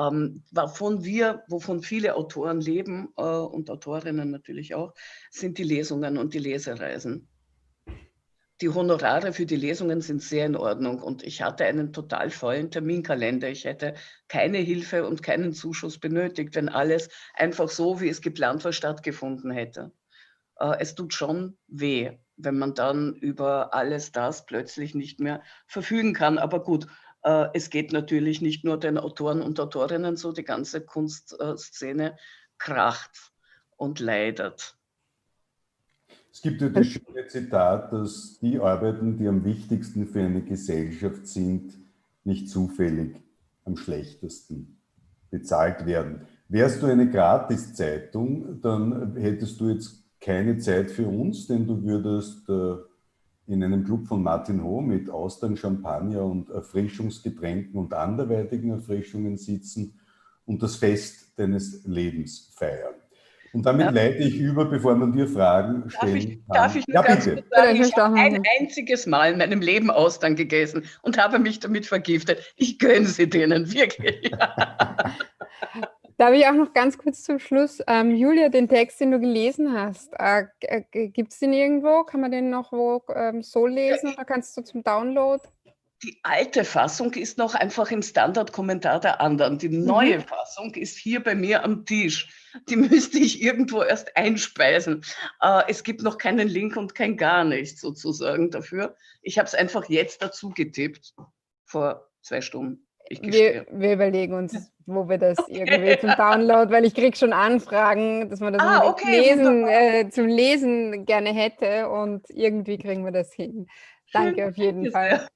Wovon viele Autoren leben und Autorinnen natürlich auch, sind die Lesungen und die Lesereisen. Die Honorare für die Lesungen sind sehr in Ordnung und ich hatte einen total vollen Terminkalender. Ich hätte keine Hilfe und keinen Zuschuss benötigt, wenn alles einfach so, wie es geplant war, stattgefunden hätte. Es tut schon weh, wenn man dann über alles das plötzlich nicht mehr verfügen kann. Aber gut, es geht natürlich nicht nur den Autoren und Autorinnen so, die ganze Kunstszene kracht und leidet. Es gibt ja das schöne Zitat, dass die Arbeiten, die am wichtigsten für eine Gesellschaft sind, nicht zufällig am schlechtesten bezahlt werden. Wärst du eine Gratiszeitung, dann hättest du jetzt keine Zeit für uns, denn du würdest in einem Club von Martin Ho mit Austern, Champagner und Erfrischungsgetränken und anderweitigen Erfrischungen sitzen und das Fest deines Lebens feiern. Und damit leite ich über, bevor man dir Fragen stellen kann. Darf ich nur ganz kurz sagen, ich habe ein einziges Mal in meinem Leben Austern gegessen und habe mich damit vergiftet. Ich gönne sie denen, wirklich. Darf ich auch noch ganz kurz zum Schluss, Julia, den Text, den du gelesen hast, gibt es den irgendwo? Kann man den noch wo so lesen oder kannst du zum Download? Die alte Fassung ist noch einfach im Standardkommentar der anderen. Die neue Fassung ist hier bei mir am Tisch. Die müsste ich irgendwo erst einspeisen. Es gibt noch keinen Link und kein gar nichts sozusagen dafür. Ich habe es einfach jetzt dazu getippt, vor 2 Stunden. Wir überlegen uns, wo wir das irgendwie zum Download, weil ich kriege schon Anfragen, dass man das zum Lesen gerne hätte und irgendwie kriegen wir das hin. Danke auf jeden Fall.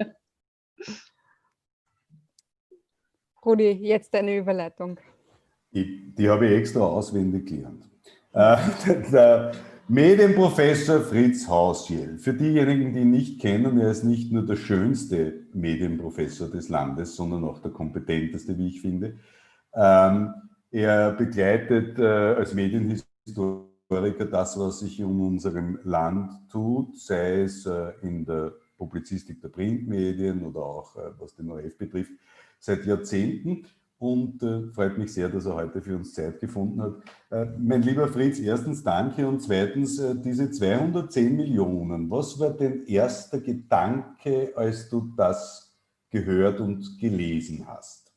Rudi, jetzt deine Überleitung. Die habe ich extra auswendig gelernt. Der Medienprofessor Fritz Hausjell. Für diejenigen, die ihn nicht kennen, er ist nicht nur der schönste Medienprofessor des Landes, sondern auch der kompetenteste, wie ich finde. Er begleitet als Medienhistoriker das, was sich in unserem Land tut, sei es in der Publizistik der Printmedien oder auch was den ORF betrifft, seit Jahrzehnten. Und freut mich sehr, dass er heute für uns Zeit gefunden hat. Mein lieber Fritz, erstens danke und zweitens diese 210 Millionen. Was war dein erster Gedanke, als du das gehört und gelesen hast?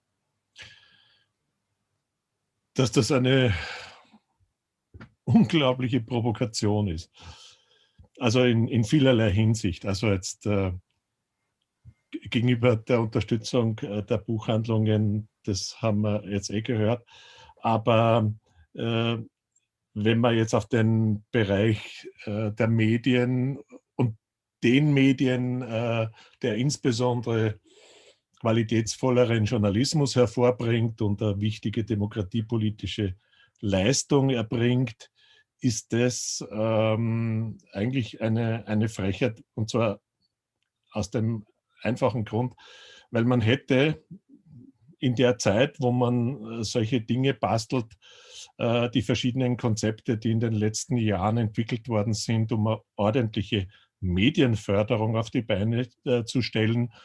Dass das eine unglaubliche Provokation ist. Also in vielerlei Hinsicht. Also jetzt gegenüber der Unterstützung der Buchhandlungen, das haben wir jetzt gehört. Aber wenn man jetzt auf den Bereich der Medien und den Medien, der insbesondere qualitätsvolleren Journalismus hervorbringt und eine wichtige demokratiepolitische Leistung erbringt, ist das eigentlich eine Frechheit, und zwar aus dem einfachen Grund, weil man hätte in der Zeit, wo man solche Dinge bastelt, die verschiedenen Konzepte, die in den letzten Jahren entwickelt worden sind, um eine ordentliche Medienförderung auf die Beine zu stellen,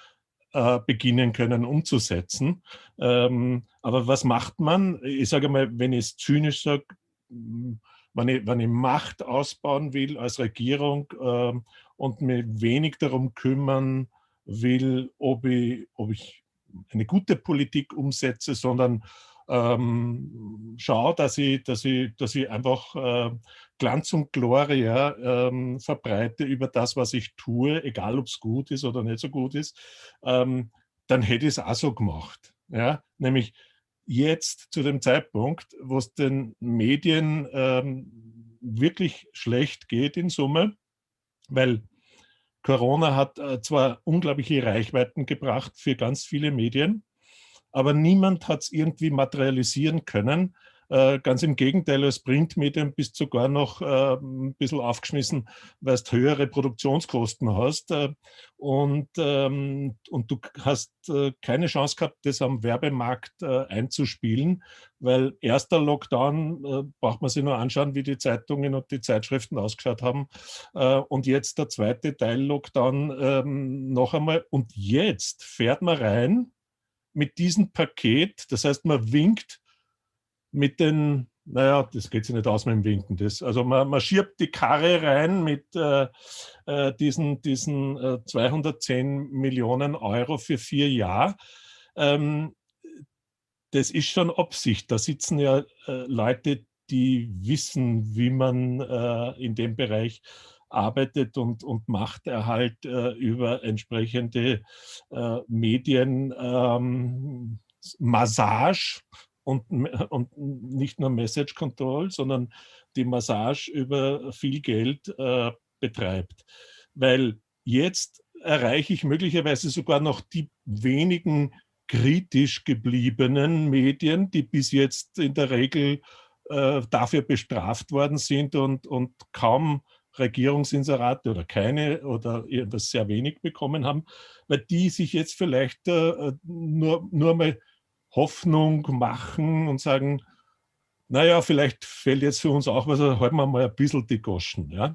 beginnen können umzusetzen. Aber was macht man? Ich sage mal, wenn ich es zynisch sage, wenn ich Macht ausbauen will als Regierung und mich wenig darum kümmern will, ob ich eine gute Politik umsetze, sondern schaue, dass ich einfach Glanz und Gloria verbreite über das, was ich tue, egal ob es gut ist oder nicht so gut ist, dann hätte ich es auch so gemacht. Ja? Nämlich jetzt zu dem Zeitpunkt, wo es den Medien wirklich schlecht geht in Summe, weil Corona hat zwar unglaubliche Reichweiten gebracht für ganz viele Medien, aber niemand hat es irgendwie materialisieren können. Ganz im Gegenteil, als Printmedium bist du sogar noch ein bisschen aufgeschmissen, weil du höhere Produktionskosten hast. Und du hast keine Chance gehabt, das am Werbemarkt einzuspielen, weil erster Lockdown, braucht man sich nur anschauen, wie die Zeitungen und die Zeitschriften ausgeschaut haben. Und jetzt der zweite Teil Lockdown noch einmal. Und jetzt fährt man rein mit diesem Paket, das heißt, man winkt mit den, naja, das geht sich nicht aus mit dem Winken, also man schiebt die Karre rein mit diesen 210 Millionen Euro für 4 Jahre. Das ist schon Absicht. Da sitzen ja Leute, die wissen, wie man in dem Bereich arbeitet und Machterhalt über entsprechende Medien, Massage und nicht nur Message Control, sondern die Massage über viel Geld betreibt. Weil jetzt erreiche ich möglicherweise sogar noch die wenigen kritisch gebliebenen Medien, die bis jetzt in der Regel dafür bestraft worden sind und kaum Regierungsinserate oder keine oder etwas sehr wenig bekommen haben, weil die sich jetzt vielleicht nur mal Hoffnung machen und sagen, naja, vielleicht fällt jetzt für uns auch was, also halten wir mal ein bisschen die Goschen. Ja?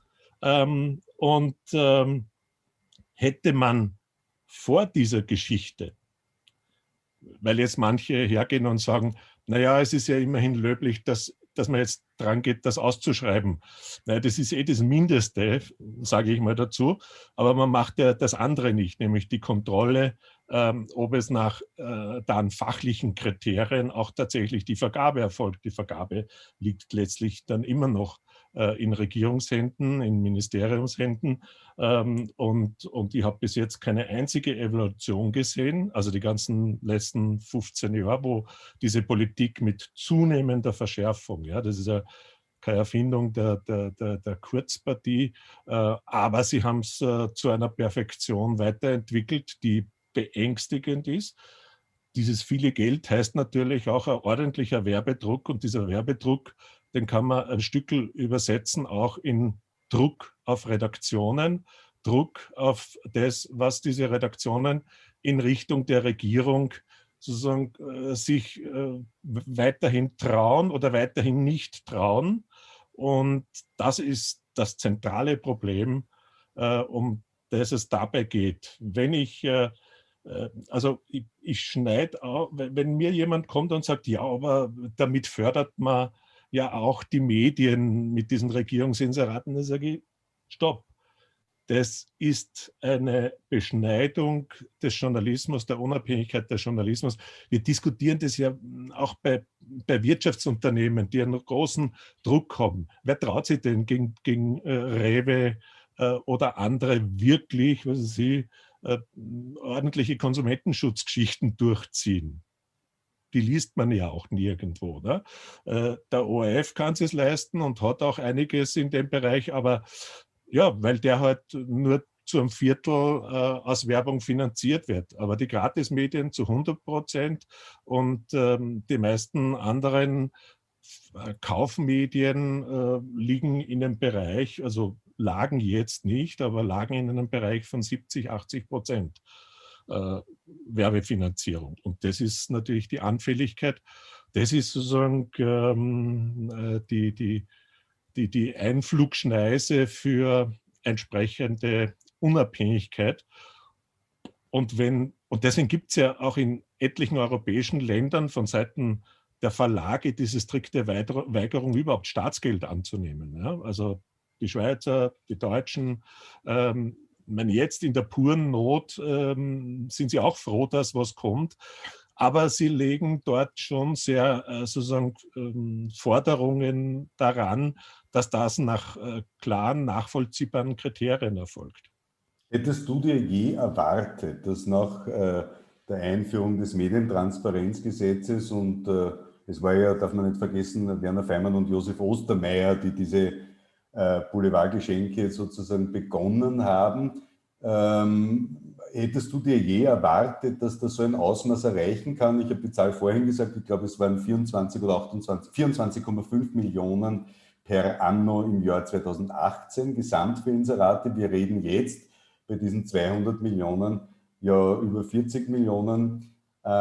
Hätte man vor dieser Geschichte, weil jetzt manche hergehen und sagen, naja, es ist ja immerhin löblich, dass man jetzt dran geht, das auszuschreiben. Naja, das ist das Mindeste, sage ich mal dazu, aber man macht ja das andere nicht, nämlich die Kontrolle, ob es nach dann fachlichen Kriterien auch tatsächlich die Vergabe erfolgt. Die Vergabe liegt letztlich dann immer noch in Regierungshänden, in Ministeriumshänden. Und ich habe bis jetzt keine einzige Evaluation gesehen, also die ganzen letzten 15 Jahre, wo diese Politik mit zunehmender Verschärfung, ja, das ist ja keine Erfindung der Kurzpartie, aber sie haben es zu einer Perfektion weiterentwickelt, die beängstigend ist. Dieses viele Geld heißt natürlich auch ein ordentlicher Werbedruck und dieser Werbedruck, den kann man ein Stück übersetzen, auch in Druck auf Redaktionen, Druck auf das, was diese Redaktionen in Richtung der Regierung sozusagen sich weiterhin trauen oder weiterhin nicht trauen. Und das ist das zentrale Problem, um das es dabei geht. Wenn ich ich schneide auch, wenn mir jemand kommt und sagt, ja, aber damit fördert man ja auch die Medien mit diesen Regierungsinseraten, dann sage ich, stopp. Das ist eine Beschneidung des Journalismus, der Unabhängigkeit des Journalismus. Wir diskutieren das ja auch bei Wirtschaftsunternehmen, die einen großen Druck haben. Wer traut sich denn gegen Rewe oder andere wirklich, was weiß ich, ordentliche Konsumentenschutzgeschichten durchziehen? Die liest man ja auch nirgendwo. Ne? Der ORF kann es leisten und hat auch einiges in dem Bereich, aber ja, weil der halt nur zu einem Viertel aus Werbung finanziert wird. Aber die Gratismedien zu 100% und die meisten anderen Kaufmedien liegen in einem Bereich, also lagen jetzt nicht, aber lagen in einem Bereich von 70-80% Werbefinanzierung. Und das ist natürlich die Anfälligkeit. Das ist sozusagen die Einflugschneise für entsprechende Unabhängigkeit. Und deswegen gibt es ja auch in etlichen europäischen Ländern von Seiten der Verlage diese strikte Weigerung, überhaupt Staatsgeld anzunehmen. Ja? Also die Schweizer, die Deutschen, ich meine, jetzt in der puren Not sind sie auch froh, dass was kommt. Aber sie legen dort schon sehr sozusagen Forderungen daran, dass das nach klaren, nachvollziehbaren Kriterien erfolgt. Hättest du dir je erwartet, dass nach der Einführung des Medientransparenzgesetzes und es war ja, darf man nicht vergessen, Werner Feimann und Josef Ostermeier, die diese Boulevardgeschenke sozusagen begonnen haben, hättest du dir je erwartet, dass das so ein Ausmaß erreichen kann? Ich habe die Zahl vorhin gesagt, ich glaube, es waren 24 oder 24,5 Millionen per anno im Jahr 2018 Gesamt für Inserate. Wir reden jetzt bei diesen 200 Millionen ja über 40 Millionen.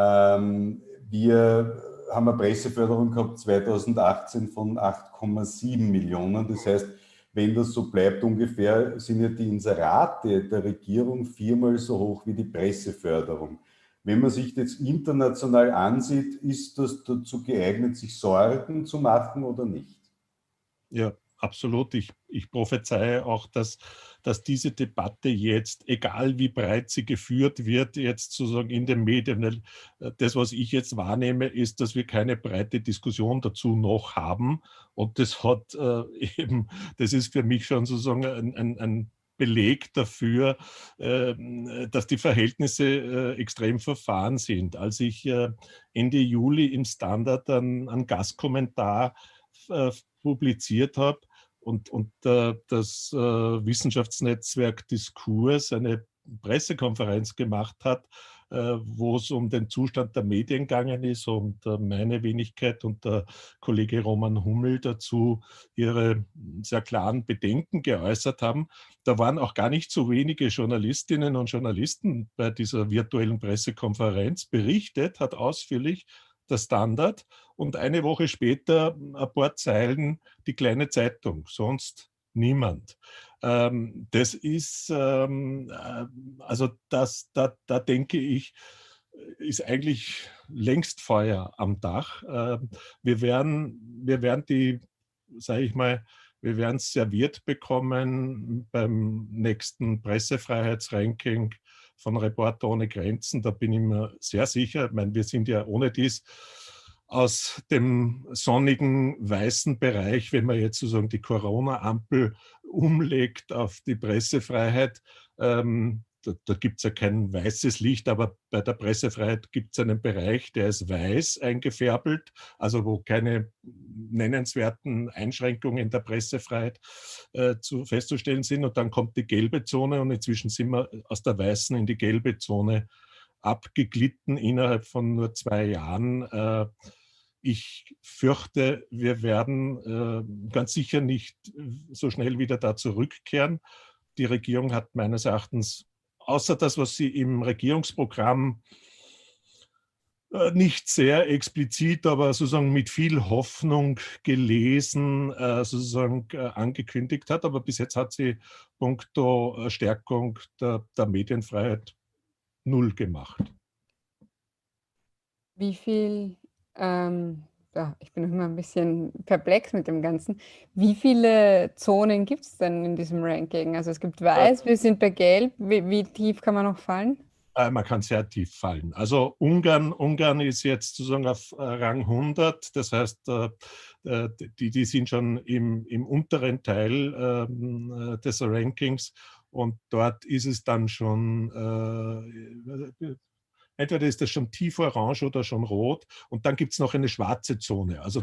Wir haben eine Presseförderung gehabt 2018 von 8,7 Millionen. Das heißt, wenn das so bleibt, ungefähr sind ja die Inserate der Regierung 4-mal so hoch wie die Presseförderung. Wenn man sich das international ansieht, ist das dazu geeignet, sich Sorgen zu machen oder nicht? Ja, absolut. Ich prophezeie auch, dass diese Debatte jetzt, egal wie breit sie geführt wird, jetzt sozusagen in den Medien, das, was ich jetzt wahrnehme, ist, dass wir keine breite Diskussion dazu noch haben. Und das hat das ist für mich schon sozusagen ein Beleg dafür, dass die Verhältnisse extrem verfahren sind. Als ich Ende Juli im Standard einen Gastkommentar publiziert habe und das Wissenschaftsnetzwerk Diskurs eine Pressekonferenz gemacht hat, wo es um den Zustand der Medien gegangen ist und meine Wenigkeit und der Kollege Roman Hummel dazu ihre sehr klaren Bedenken geäußert haben. Da waren auch gar nicht so wenige Journalistinnen und Journalisten bei dieser virtuellen Pressekonferenz. Berichtet hat ausführlich der Standard und eine Woche später ein paar Zeilen die kleine Zeitung, sonst niemand. Das ist, also da denke ich, ist eigentlich längst Feuer am Dach. Wir werden die, sage ich mal, wir werden es serviert bekommen beim nächsten Pressefreiheitsranking von Reporter ohne Grenzen. Da bin ich mir sehr sicher. Ich meine, wir sind ja ohne dies aus dem sonnigen, weißen Bereich, wenn man jetzt sozusagen die Corona-Ampel umlegt auf die Pressefreiheit, da gibt es ja kein weißes Licht, aber bei der Pressefreiheit gibt es einen Bereich, der ist weiß eingefärbelt, also wo keine nennenswerten Einschränkungen der Pressefreiheit festzustellen sind. Und dann kommt die gelbe Zone und inzwischen sind wir aus der weißen in die gelbe Zone abgeglitten innerhalb von nur 2 Jahren. Ich fürchte, wir werden ganz sicher nicht so schnell wieder da zurückkehren. Die Regierung hat meines Erachtens, außer das, was sie im Regierungsprogramm nicht sehr explizit, aber sozusagen mit viel Hoffnung gelesen, sozusagen angekündigt hat. Aber bis jetzt hat sie punkto Stärkung der Medienfreiheit 0 gemacht. Wie viel, ja, ich bin immer ein bisschen perplex mit dem Ganzen. Wie viele Zonen gibt es denn in diesem Ranking? Also es gibt weiß, wir sind bei gelb. Wie tief kann man noch fallen? Man kann sehr tief fallen. Also Ungarn ist jetzt sozusagen auf Rang 100. Das heißt, die sind schon im unteren Teil des Rankings. Und dort ist es dann schon, entweder ist das schon tief orange oder schon rot. Und dann gibt es noch eine schwarze Zone. Also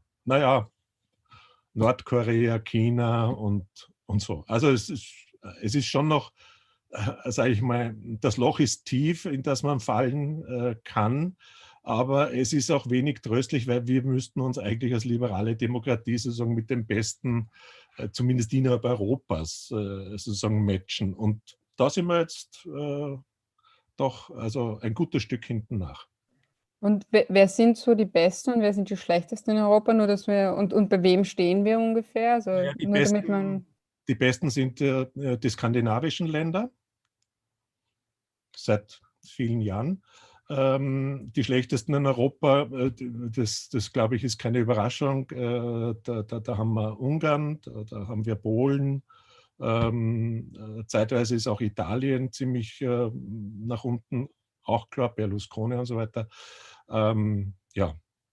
Nordkorea, China und so. Also es ist schon noch, sage ich mal, das Loch ist tief, in das man fallen kann. Aber es ist auch wenig tröstlich, weil wir müssten uns eigentlich als liberale Demokratie sozusagen mit dem Besten, zumindest innerhalb Europas, sozusagen matchen. Und da sind wir jetzt doch also ein gutes Stück hinten nach. Und wer sind so die Besten und wer sind die Schlechtesten in Europa? Nur dass wir, und bei wem stehen wir ungefähr? Also Ja, nur damit man. die Besten sind die skandinavischen Länder. seit vielen Jahren. Die schlechtesten in Europa, das glaube ich, ist keine Überraschung. Da haben wir Ungarn, da haben wir Polen. Zeitweise ist auch Italien ziemlich nach unten, auch klar, Berlusconi und so weiter. Ja.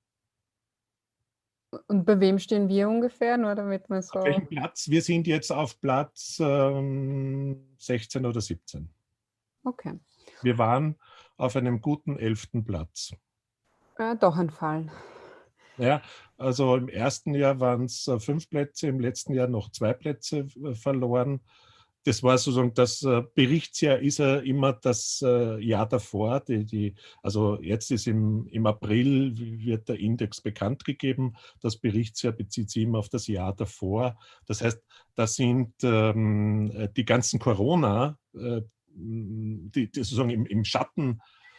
Und bei wem stehen wir ungefähr, nur damit man so... Auf welchem Platz? Wir sind jetzt auf Platz 16 oder 17. Okay. Wir waren auf einem guten 11. Platz. Doch ein Fall. Ja, also im ersten Jahr waren es 5 Plätze, im letzten Jahr noch 2 Plätze verloren. Das war sozusagen das Berichtsjahr, ist ja immer das Jahr davor. Also jetzt ist im April wird der Index bekannt gegeben. Das Berichtsjahr bezieht sich immer auf das Jahr davor. Das heißt, da sind die ganzen Corona, die sozusagen im Schatten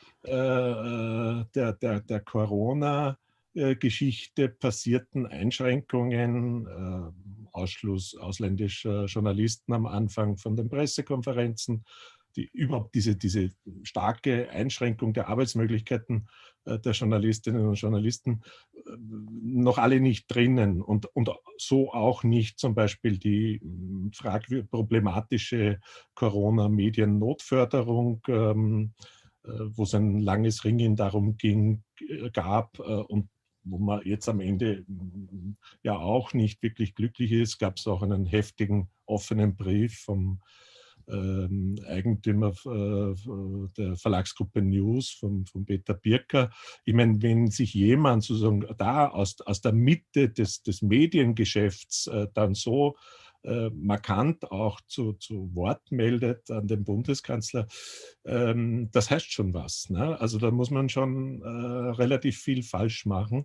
der Corona-Geschichte passierten Einschränkungen, Ausschluss ausländischer Journalisten am Anfang von den Pressekonferenzen, überhaupt diese starke Einschränkung der Arbeitsmöglichkeiten der Journalistinnen und Journalisten noch alle nicht drinnen und so auch nicht zum Beispiel die problematische Corona-Medien-Notförderung, wo es ein langes Ringen darum gab und wo man jetzt am Ende ja auch nicht wirklich glücklich ist, gab es auch einen heftigen offenen Brief vom Eigentümer der Verlagsgruppe News, von Peter Birker. Ich meine, wenn sich jemand sozusagen da aus der Mitte des Mediengeschäfts dann so markant auch zu Wort meldet an den Bundeskanzler, das heißt schon was. Ne? Also da muss man schon relativ viel falsch machen.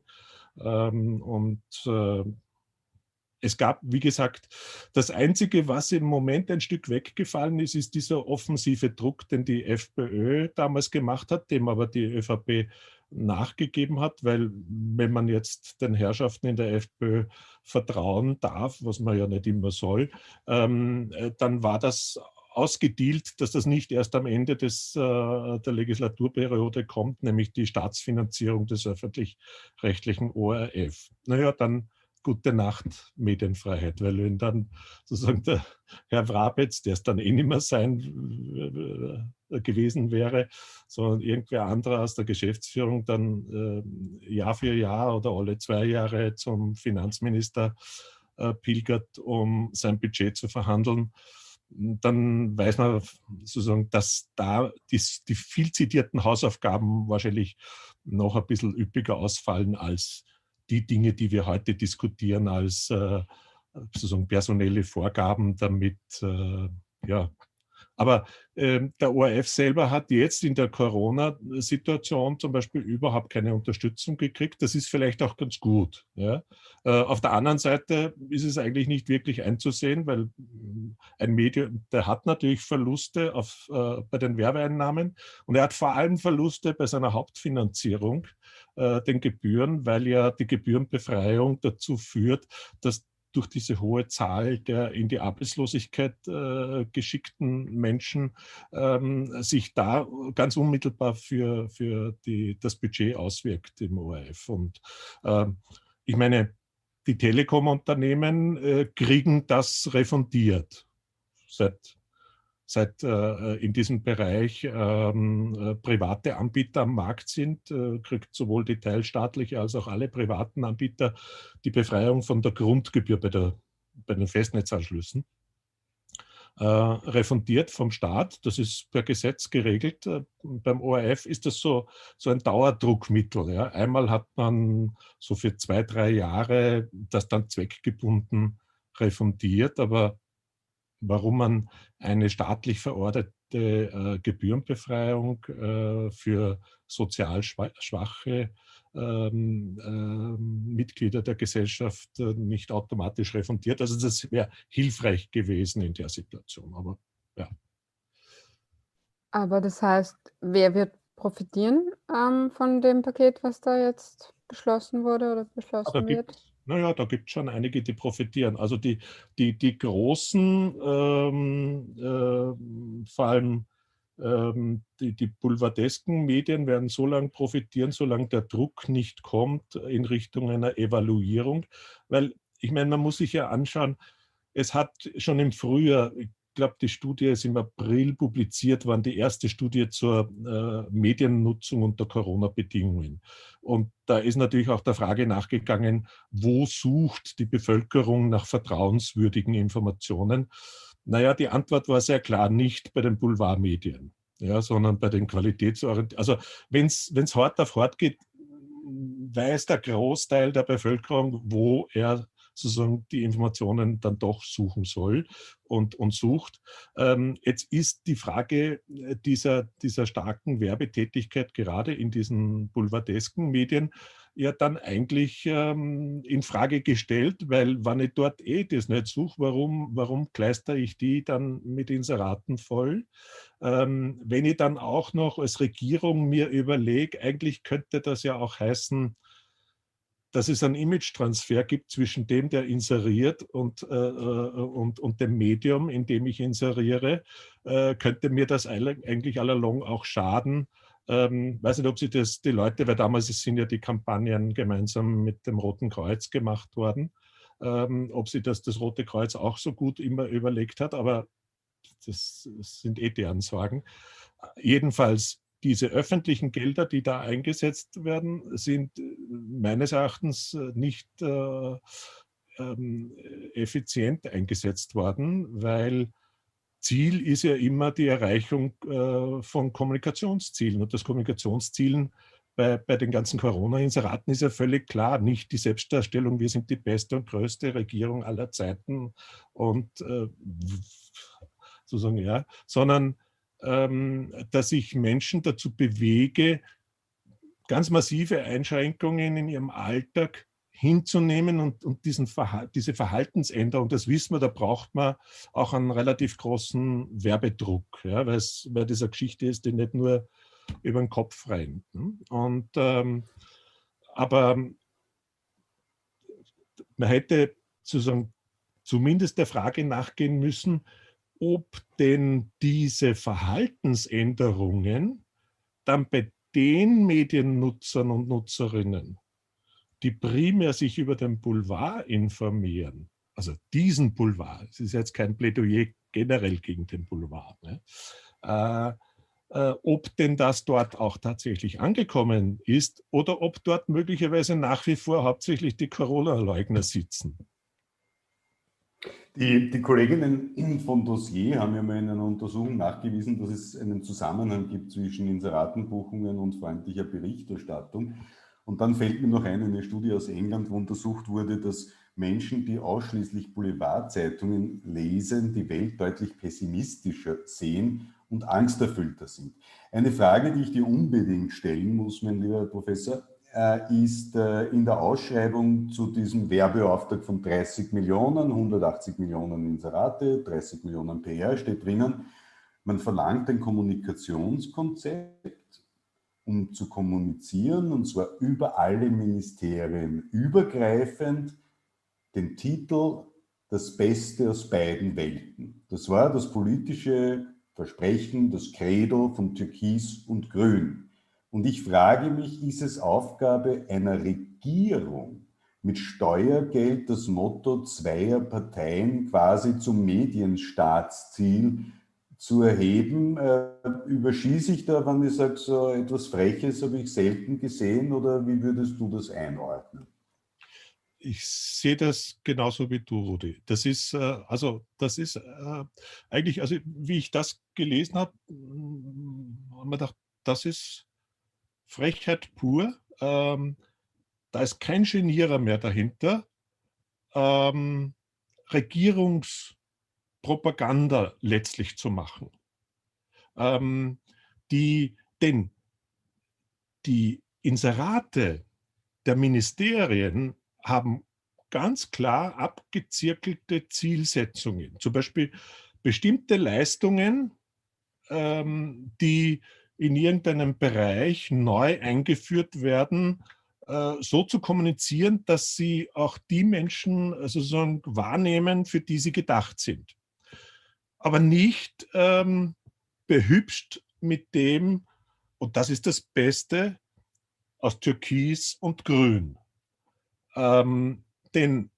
Es gab, wie gesagt, das Einzige, was im Moment ein Stück weggefallen ist, ist dieser offensive Druck, den die FPÖ damals gemacht hat, dem aber die ÖVP nachgegeben hat, weil wenn man jetzt den Herrschaften in der FPÖ vertrauen darf, was man ja nicht immer soll, dann war das ausgedealt, dass das nicht erst am Ende der Legislaturperiode kommt, nämlich die Staatsfinanzierung des öffentlich-rechtlichen ORF. Naja, dann gute Nacht, Medienfreiheit, weil wenn dann sozusagen der Herr Wrabetz, der es dann eh nicht mehr sein gewesen wäre, sondern irgendwer anderer aus der Geschäftsführung dann Jahr für Jahr oder alle 2 Jahre zum Finanzminister pilgert, um sein Budget zu verhandeln, dann weiß man sozusagen, dass da die viel zitierten Hausaufgaben wahrscheinlich noch ein bisschen üppiger ausfallen als die Dinge, die wir heute diskutieren, als sozusagen personelle Vorgaben, damit ja. Aber der ORF selber hat jetzt in der Corona-Situation zum Beispiel überhaupt keine Unterstützung gekriegt. Das ist vielleicht auch ganz gut. Ja? Auf der anderen Seite ist es eigentlich nicht wirklich einzusehen, weil ein Medium, der hat natürlich Verluste bei den Werbeeinnahmen und er hat vor allem Verluste bei seiner Hauptfinanzierung, den Gebühren, weil ja die Gebührenbefreiung dazu führt, dass durch diese hohe Zahl der in die Arbeitslosigkeit geschickten Menschen sich da ganz unmittelbar für das Budget auswirkt im ORF. Und ich meine, die Telekom-Unternehmen kriegen das refundiert seit in diesem Bereich private Anbieter am Markt sind, kriegt sowohl die teilstaatliche als auch alle privaten Anbieter die Befreiung von der Grundgebühr bei den Festnetzanschlüssen. Refundiert vom Staat, das ist per Gesetz geregelt. Beim ORF ist das so ein Dauerdruckmittel. Ja. Einmal hat man so für 2, 3 Jahre das dann zweckgebunden refundiert, aber warum man eine staatlich verordnete Gebührenbefreiung für sozial schwache Mitglieder der Gesellschaft nicht automatisch refundiert. Also das wäre hilfreich gewesen in der Situation. Aber ja. Aber das heißt, wer wird profitieren von dem Paket, was da jetzt beschlossen wurde oder beschlossen wird? Naja, da gibt es schon einige, die profitieren. Also die Großen, vor allem Die boulevardesken Medien werden so lange profitieren, solange der Druck nicht kommt in Richtung einer Evaluierung. Weil, ich meine, man muss sich ja anschauen, es hat schon im Frühjahr, ich glaube, die Studie ist im April publiziert worden, die erste Studie zur Mediennutzung unter Corona-Bedingungen. Und da ist natürlich auch der Frage nachgegangen, wo sucht die Bevölkerung nach vertrauenswürdigen Informationen? Naja, die Antwort war sehr klar, nicht bei den Boulevardmedien, ja, sondern bei den qualitätsorientierten. Also wenn es hart auf hart geht, weiß der Großteil der Bevölkerung, wo er sozusagen die Informationen dann doch suchen soll und sucht. Jetzt ist die Frage dieser starken Werbetätigkeit gerade in diesen boulevardesken Medien ja dann eigentlich in Frage gestellt, weil wenn ich dort das nicht suche, warum kleister ich die dann mit Inseraten voll? Wenn ich dann auch noch als Regierung mir überlege, eigentlich könnte das ja auch heißen, dass es einen Image-Transfer gibt zwischen dem, der inseriert und dem Medium, in dem ich inseriere, könnte mir das eigentlich allalong auch schaden. Weiß nicht, ob sie das, die Leute, weil damals sind ja die Kampagnen gemeinsam mit dem Roten Kreuz gemacht worden, ob sie das Rote Kreuz auch so gut immer überlegt hat, aber das sind deren Sorgen. Jedenfalls, diese öffentlichen Gelder, die da eingesetzt werden, sind meines Erachtens nicht effizient eingesetzt worden, weil Ziel ist ja immer die Erreichung von Kommunikationszielen. Und das Kommunikationszielen bei den ganzen Corona-Inseraten ist ja völlig klar, nicht die Selbstdarstellung, wir sind die beste und größte Regierung aller Zeiten und sozusagen, ja, sondern dass ich Menschen dazu bewege, ganz massive Einschränkungen in ihrem Alltag hinzunehmen und diese Verhaltensänderung, das wissen wir, da braucht man auch einen relativ großen Werbedruck, ja, weil das eine Geschichte ist, die nicht nur über den Kopf rennt. Und, aber man hätte sozusagen zumindest der Frage nachgehen müssen, ob denn diese Verhaltensänderungen dann bei den Mediennutzern und Nutzerinnen, die primär sich über den Boulevard informieren, also diesen Boulevard, es ist jetzt kein Plädoyer generell gegen den Boulevard, ne? Ob denn das dort auch tatsächlich angekommen ist oder ob dort möglicherweise nach wie vor hauptsächlich die Corona-Leugner sitzen. Die Kolleginnen von Dossier haben ja mal in einer Untersuchung nachgewiesen, dass es einen Zusammenhang gibt zwischen Inseratenbuchungen und freundlicher Berichterstattung. Und dann fällt mir noch eine Studie aus England, wo untersucht wurde, dass Menschen, die ausschließlich Boulevardzeitungen lesen, die Welt deutlich pessimistischer sehen und angsterfüllter sind. Eine Frage, die ich dir unbedingt stellen muss, mein lieber Herr Professor, ist in der Ausschreibung zu diesem Werbeauftrag von 30 Millionen, 180 Millionen Inserate, 30 Millionen PR steht drinnen, man verlangt ein Kommunikationskonzept, um zu kommunizieren, und zwar über alle Ministerien übergreifend, den Titel Das Beste aus beiden Welten. Das war das politische Versprechen, das Credo von Türkis und Grün. Und ich frage mich, ist es Aufgabe einer Regierung, mit Steuergeld das Motto zweier Parteien quasi zum Medienstaatsziel zu erheben? Überschieße ich da, wenn ich sage, so etwas Freches habe ich selten gesehen, oder wie würdest du das einordnen? Ich sehe das genauso wie du, Rudi. Das ist eigentlich, also wie ich das gelesen habe, haben wir gedacht, das ist Frechheit pur. Da ist kein Genierer mehr dahinter. Regierungspropaganda letztlich zu machen. Denn die Inserate der Ministerien haben ganz klar abgezirkelte Zielsetzungen. Zum Beispiel bestimmte Leistungen, die in irgendeinem Bereich neu eingeführt werden, so zu kommunizieren, dass sie auch die Menschen wahrnehmen, für die sie gedacht sind. Aber nicht behübscht mit dem, und das ist das Beste, aus Türkis und Grün. Denn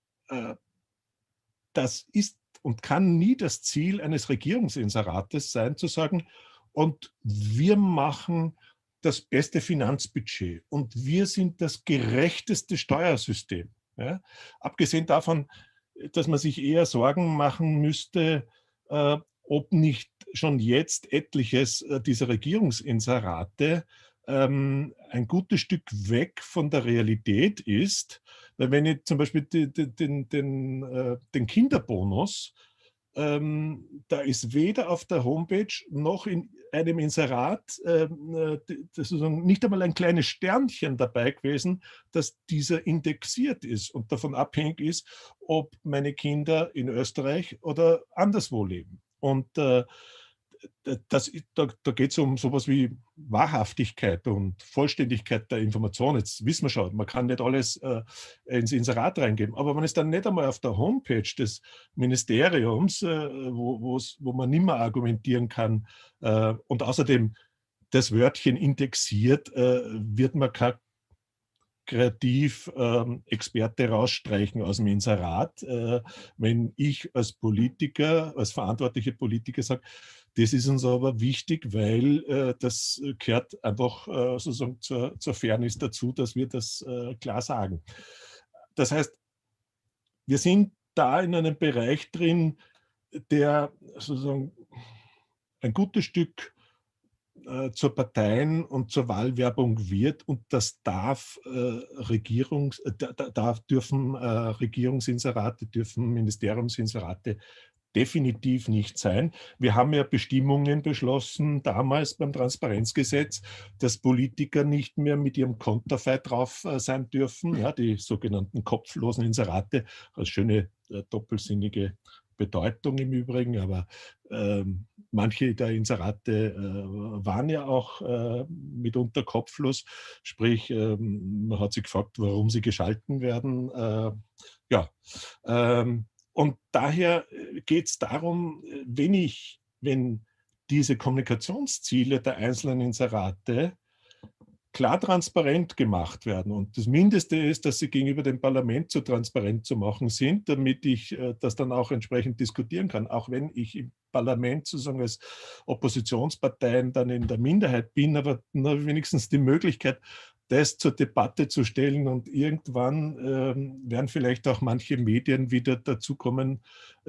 das ist und kann nie das Ziel eines Regierungsinserates sein, zu sagen, und wir machen das beste Finanzbudget und wir sind das gerechteste Steuersystem. Ja? Abgesehen davon, dass man sich eher Sorgen machen müsste, ob nicht schon jetzt etliches dieser Regierungsinserate ein gutes Stück weg von der Realität ist. Weil wenn ich zum Beispiel den Kinderbonus, da ist weder auf der Homepage noch in einem Inserat das ist nicht einmal ein kleines Sternchen dabei gewesen, dass dieser indexiert ist und davon abhängig ist, ob meine Kinder in Österreich oder anderswo leben. Und da geht es um sowas wie Wahrhaftigkeit und Vollständigkeit der Information. Jetzt wissen wir schon, man kann nicht alles ins Inserat reingeben, aber man ist dann nicht einmal auf der Homepage des Ministeriums, wo man nicht mehr argumentieren kann. Und außerdem das Wörtchen indexiert wird man kein Kreativ-Experte rausstreichen aus dem Inserat, wenn ich als Politiker, als verantwortliche Politiker sage, das ist uns aber wichtig, weil das gehört einfach sozusagen zur Fairness dazu, dass wir das klar sagen. Das heißt, wir sind da in einem Bereich drin, der sozusagen ein gutes Stück zur Parteien- und zur Wahlwerbung wird, und das dürfen Regierungsinserate, dürfen Ministeriumsinserate definitiv nicht sein. Wir haben ja Bestimmungen beschlossen, damals beim Transparenzgesetz, dass Politiker nicht mehr mit ihrem Konterfei drauf sein dürfen, ja, die sogenannten kopflosen Inserate, als schöne doppelsinnige Bedeutung im Übrigen, aber manche der Inserate waren ja auch mitunter kopflos, sprich, man hat sich gefragt, warum sie geschalten werden. Und daher geht es darum, wenn diese Kommunikationsziele der einzelnen Inserate klar transparent gemacht werden. Und das Mindeste ist, dass sie gegenüber dem Parlament so transparent zu machen sind, damit ich das dann auch entsprechend diskutieren kann. Auch wenn ich im Parlament sozusagen als Oppositionsparteien dann in der Minderheit bin, aber wenigstens die Möglichkeit, das zur Debatte zu stellen, und irgendwann werden vielleicht auch manche Medien wieder dazu kommen,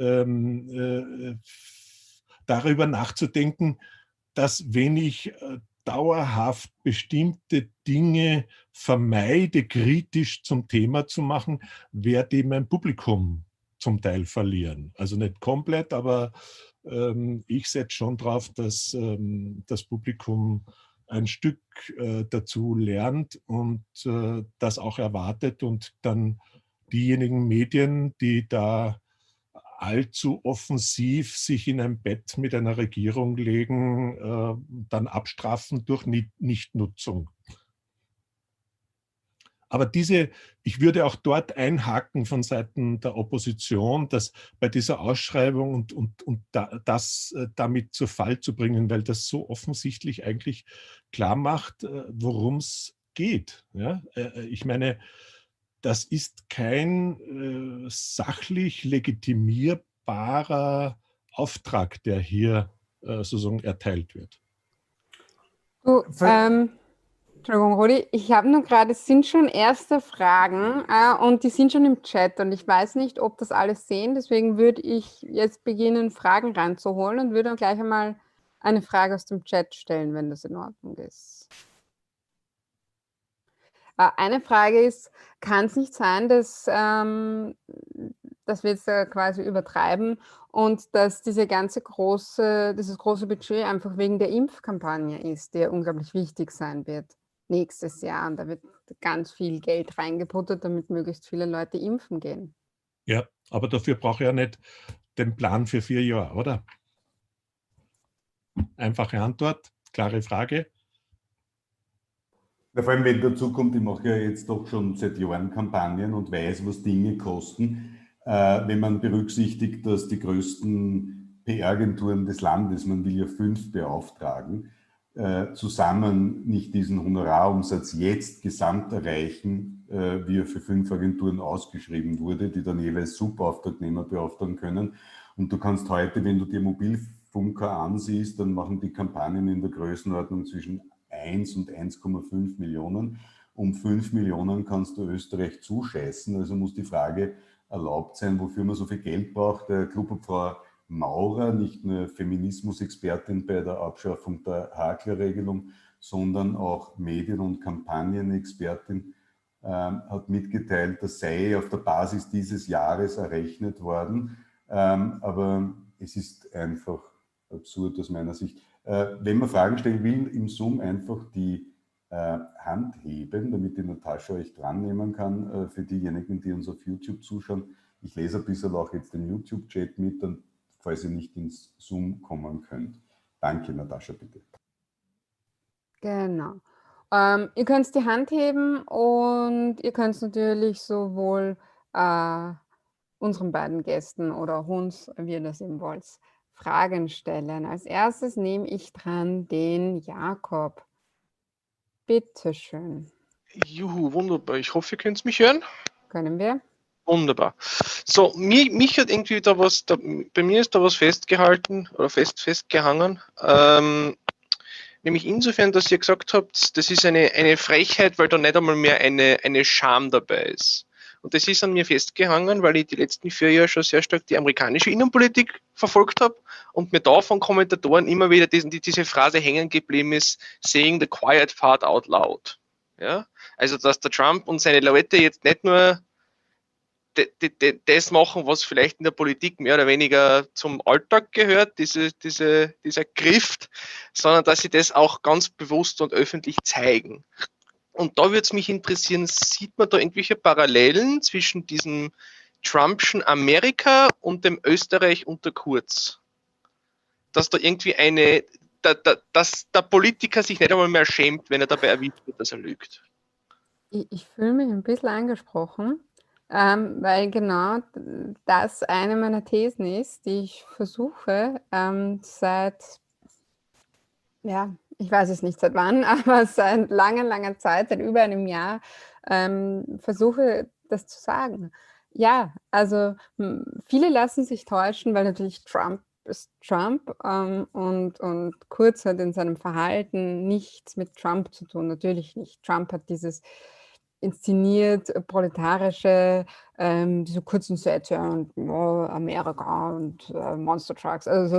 darüber nachzudenken, dass wenn ich dauerhaft bestimmte Dinge vermeide, kritisch zum Thema zu machen, werde ich mein Publikum zum Teil verlieren. Also nicht komplett, aber ich setze schon drauf, dass das Publikum ein Stück dazu lernt und das auch erwartet, und dann diejenigen Medien, die da allzu offensiv sich in ein Bett mit einer Regierung legen, dann abstrafen durch Nichtnutzung. Aber ich würde auch dort einhaken von Seiten der Opposition, dass bei dieser Ausschreibung und das damit zu Fall zu bringen, weil das so offensichtlich eigentlich klar macht, worum es geht. Ja? Ich meine, das ist kein sachlich legitimierbarer Auftrag, der hier sozusagen erteilt wird. Du, Entschuldigung, Rudi, ich habe nur gerade, es sind schon erste Fragen und die sind schon im Chat, und ich weiß nicht, ob das alles sehen, deswegen würde ich jetzt beginnen, Fragen reinzuholen und würde dann gleich einmal eine Frage aus dem Chat stellen, wenn das in Ordnung ist. Eine Frage ist, kann es nicht sein, dass wir jetzt quasi übertreiben und dass dieses große Budget einfach wegen der Impfkampagne ist, die ja unglaublich wichtig sein wird nächstes Jahr, und da wird ganz viel Geld reingebuttert, damit möglichst viele Leute impfen gehen. Ja, aber dafür brauche ich ja nicht den Plan für 4 Jahre, oder? Einfache Antwort, klare Frage. Ja, vor allem, wenn dazu kommt, ich mache ja jetzt doch schon seit Jahren Kampagnen und weiß, was Dinge kosten. Wenn man berücksichtigt, dass die größten PR-Agenturen des Landes, man will ja 5 beauftragen, zusammen nicht diesen Honorarumsatz jetzt gesamt erreichen, wie er für 5 Agenturen ausgeschrieben wurde, die dann jeweils Subauftragnehmer beauftragen können. Und du kannst heute, wenn du dir Mobilfunker ansiehst, dann machen die Kampagnen in der Größenordnung zwischen 1 und 1,5 Millionen. Um 5 Millionen kannst du Österreich zuscheißen. Also muss die Frage erlaubt sein, wofür man so viel Geld braucht. Der Klubobfrau Maurer, nicht nur Feminismusexpertin bei der Abschaffung der Hakler-Regelung, sondern auch Medien- und Kampagnenexpertin, hat mitgeteilt, das sei auf der Basis dieses Jahres errechnet worden. Aber es ist einfach absurd aus meiner Sicht. Wenn man Fragen stellen will, im Zoom einfach die Hand heben, damit die Natascha euch dran nehmen kann, für diejenigen, die uns auf YouTube zuschauen. Ich lese ein bisschen auch jetzt den YouTube-Chat mit, und falls ihr nicht ins Zoom kommen könnt. Danke, Natascha, bitte. Genau. Ihr könnt die Hand heben und ihr könnt natürlich sowohl unseren beiden Gästen oder uns, wie ihr das eben wollt, Fragen stellen. Als erstes nehme ich dran den Jakob. Bitte schön. Juhu, wunderbar. Ich hoffe, ihr könnt mich hören. Können wir? Wunderbar. So, mich hat irgendwie bei mir ist da was festgehalten oder festgehangen. Nämlich insofern, dass ihr gesagt habt, das ist eine Frechheit, weil da nicht einmal mehr eine Scham dabei ist. Und das ist an mir festgehangen, weil ich die letzten 4 Jahre schon sehr stark die amerikanische Innenpolitik verfolgt habe und mir da von Kommentatoren immer wieder diese Phrase hängen geblieben ist, saying the quiet part out loud. Ja? Also, dass der Trump und seine Leute jetzt nicht nur das machen, was vielleicht in der Politik mehr oder weniger zum Alltag gehört, dieser Griff, sondern dass sie das auch ganz bewusst und öffentlich zeigen. Und da würde es mich interessieren, sieht man da irgendwelche Parallelen zwischen diesem Trumpschen Amerika und dem Österreich unter Kurz? Dass da irgendwie dass der Politiker sich nicht einmal mehr schämt, wenn er dabei erwischt wird, dass er lügt. Ich fühle mich ein bisschen angesprochen, weil genau das eine meiner Thesen ist, die ich versuche seit, ja, ich weiß es nicht seit wann, aber seit langer Zeit, seit über einem Jahr, versuche das zu sagen. Ja, also viele lassen sich täuschen, weil natürlich Trump ist Trump und Kurz hat in seinem Verhalten nichts mit Trump zu tun, natürlich nicht. Trump hat dieses inszeniert proletarische, diese kurzen Sätze und Amerika und Monster Trucks, also so